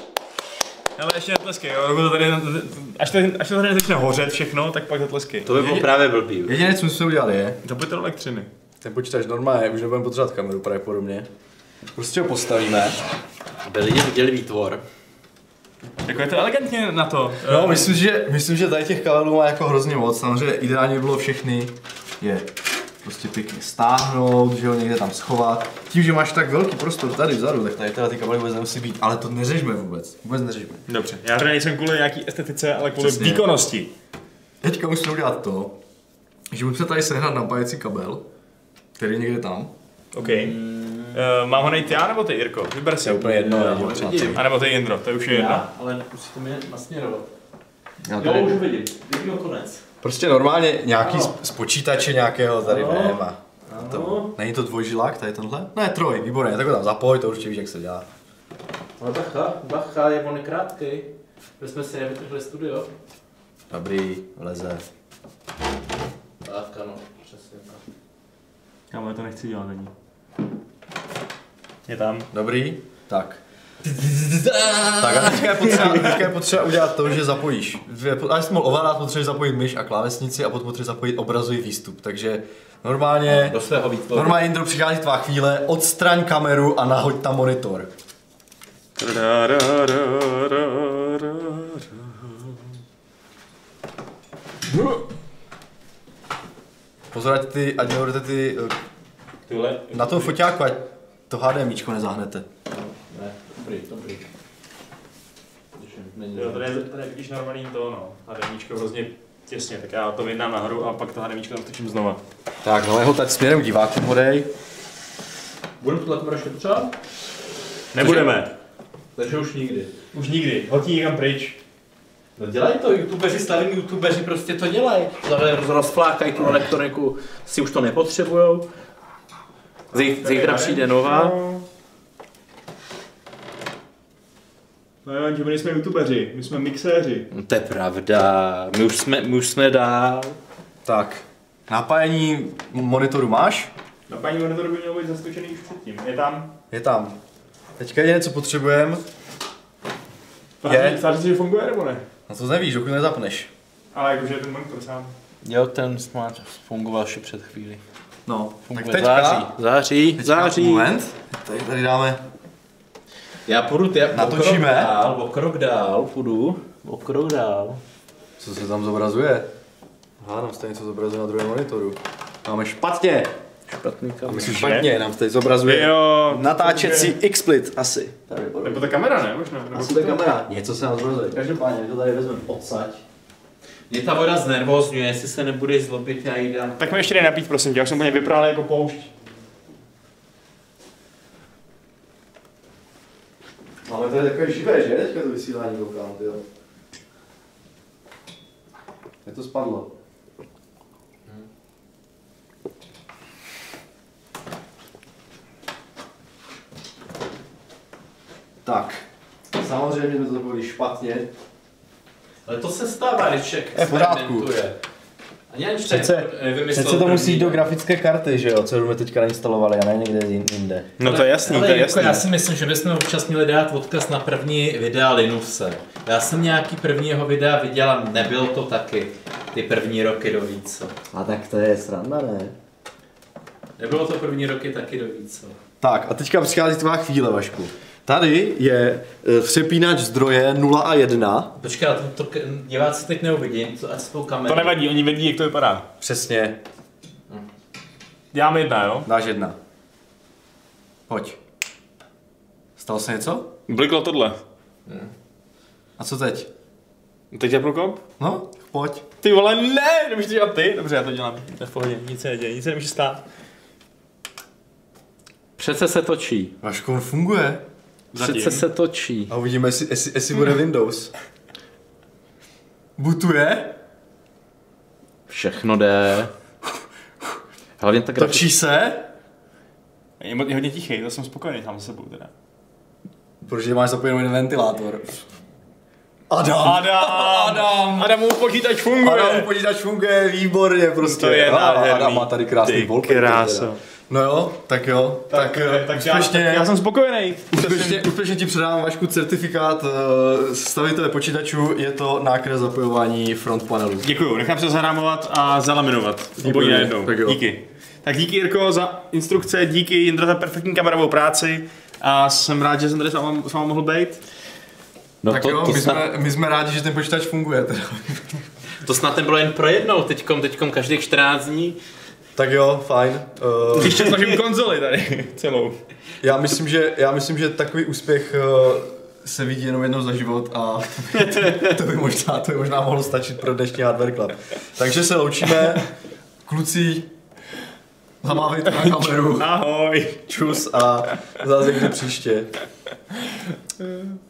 Ale ještě netleskej, jo, to tady, až, to, až to tady začne hořet všechno, tak pak zatleskej. To by bylo právě blbý. Jediné, co musíme udělat je... Zapojte do elektřiny. Ten počítač normálně, už nebudeme potřebovat kameru pravděpodobně. Prostě ho postavíme. Aby lidi viděli výtvor. Jako je to elegantně na to. No, myslím, že, myslím, že tady těch kabelů má jako hrozně moc. Samozřejmě ideálně by bylo všechny je prostě pěkně stáhnout, že ho někde tam schovat. Tím, že máš tak velký prostor tady vzadu, tak tady teda ty kabely vůbec nemusí být. Ale to neřešme vůbec. Vůbec neřešme. Dobře, já tady nejsem kvůli nějaký estetice, ale kvůli přesně výkonnosti. Teďka musíme udělat to, že musíme tady sehnat napájecí kabel, který je někde tam. OK. Mm. Uh, mám ho najít já nebo ty, Jirko? Vyber si. Je úplně jedno, no, no, a nebo ty, Jindro, to je už je jedno. Já, ale musíte mě nasměrovat. Já tady... Jo, už vidím. Vidím konec. Prostě normálně nějaký no. z počítače nějakého tady no. nemá. To, není to dvojžilák, tady tenhle? Ne, troj, výborně, tak ho tam zapoj, to určitě víš, jak se dělá. Ale bacha, bacha, je on je krátký. My jsme si nevytrhli studio. Dobrý, leze. Tak, ano, přesně tak. Já to nechci dělat ani. Je tam. Dobrý, tak. Tak a teďka je, potřeba, teďka je potřeba udělat to, že zapojíš. Až jsi mohl ovládat, potřebuješ zapojit myš a klávesnici a potom potřebuješ zapojit obrazový výstup. Takže normálně, do svého výtvoru. Normálně intro přichází tvá chvíle, odstraň kameru a nahoď tam monitor. Pozor, ať ty, ať nebudete ty, Tyhle, na tom foťáku, ať to HDMIčko nezahnete. Ne, dobrý, dobrý. Jo, tady je, tady je vidíš normální to, no. HDMIčko hrozně těsně, tak já to vydám nahoru a pak to HDMIčko tam točím znova. Tak, no jeho teď směrem k divákům hodej. Budeme tuhle kameru ještě potřebovat? Nebudeme. Takže už nikdy. Už nikdy, hotí někam pryč. No dělají to, youtubeři, slavní youtubeři prostě to dělají. Rozflákají tu elektroniku, si už to nepotřebujou. Zítra přijde nová. No jo, my nejsme youtubeři, my jsme mixéři. No to je pravda, my už jsme, my už jsme dál. Tak, napájení monitoru máš? Napájení monitoru by mělo být zastočený už předtím. Je tam? Je tam. Teďka jediné, co potřebujeme, je... Stále že funguje nebo ne? No to nevíš, dokud nezapneš. Ale jakože je ten monitor sám. Jo, ten smart fungoval ještě před chvíli. No, funguje. Tak teďka... Září, září, teďka září. Moment, tady, tady dáme... Já půjdu, ty, natočíme. O krok dál, o krok dál, půjdu, o krok dál. Co se tam zobrazuje? Aha, nám stejně něco zobrazuje na druhém monitoru. Máme špatně. Špatný kameru. Myslím špatně, nám tady zobrazuje jo, natáčecí X-Split asi. Nebo ta kamera, ne? Možná. Nebo asi ta kamera. Něco se nám zobrazuje. Každopádně, to tady vezmeme odsaď. Mě ta voda znervózňuje, jestli se nebudeš zlobit, já jí dám. Tak mi ještě dej napít, prosím tě, já už jsem úplně vyprál jako poušť. Máme tady takové živé, že? Teďka to vysílání koukám, tyjo. Jak to spadlo? Hmm. Tak. Samozřejmě jsme to zapojili špatně. Ale to se stává, když člověk experimentuje. Přece, přece to musí jít do grafické karty, že jo, co jsme teďka nainstalovali a ne někde jinde. No to je jasný, ale to je jako jasný. Já si myslím, že bychom občas měli dát odkaz na první videa Linuse. Já jsem nějaký první jeho videa viděl a nebyl to taky ty první roky do více. A tak to je sranda, ne? Nebylo to první roky taky do více. Tak a teďka přichází tvá chvíle, Vašku. Tady je přepínač zdroje nula a jedna. Počkej, ale to, to diváci teď neuvidí, to ať s tou kamerou. To nevadí, oni vidí, jak to vypadá. Přesně. Dělám jedna, jo? Dáš jedna. Pojď. Stalo se něco? Bliklo tohle. Hmm. A co teď? Teď je pro komp? No, pojď. Ty vole, ne, nemůžeš to dělat ty? Dobře, já to dělám, to je v pohodě, nic se neděje, nic se nemůže stát. Přece se točí. Vašku, on funguje. Přece se točí. A uvidíme, jestli, jestli, jestli bude Windows. Bootuje. Všechno jde. Hlavně tak Točí grafik... se. Je, je hodně tichý, to jsem spokojený tam se sebou teda. Protože máš zapojený jeden ventilátor. Adam! Adam! Adam! Adamův počítač funguje! Adamův počítač funguje výborně prostě. To je nádherný. Adam má tady krásný wallpaper. Krása. No jo, tak jo, tak, tak, tak úspěšně, já, já jsem spokojený. Úspěšně, úspěšně ti předávám, Vašku, certifikát uh, stavitele počítačů, je to nákres zapojování front panelu. Děkuju, nechám se zahrámovat a zalaminovat. Obojí najednou. Díky. Tak díky, Jirko, za instrukce, díky Jindro za perfektní kamerovou práci a jsem rád, že jsem tady s vámi, s vámi mohl být. No tak to, jo, to my, snad... jsme, my jsme rádi, že ten počítač funguje. Teda. To snad nebylo jen pro jednou, teďkom, teďkom každých čtrnáct dní. Tak jo, fajn. Uh, Ještě snažím konzoli tady celou. Já myslím, že, já myslím, že takový úspěch uh, se vidí jenom jednou za život a to, to, by možná, to by možná mohlo stačit pro dnešní Hardware Club. Takže se loučíme. Kluci, zamávejte na kameru. Ahoj. Čus a zase někdy příště.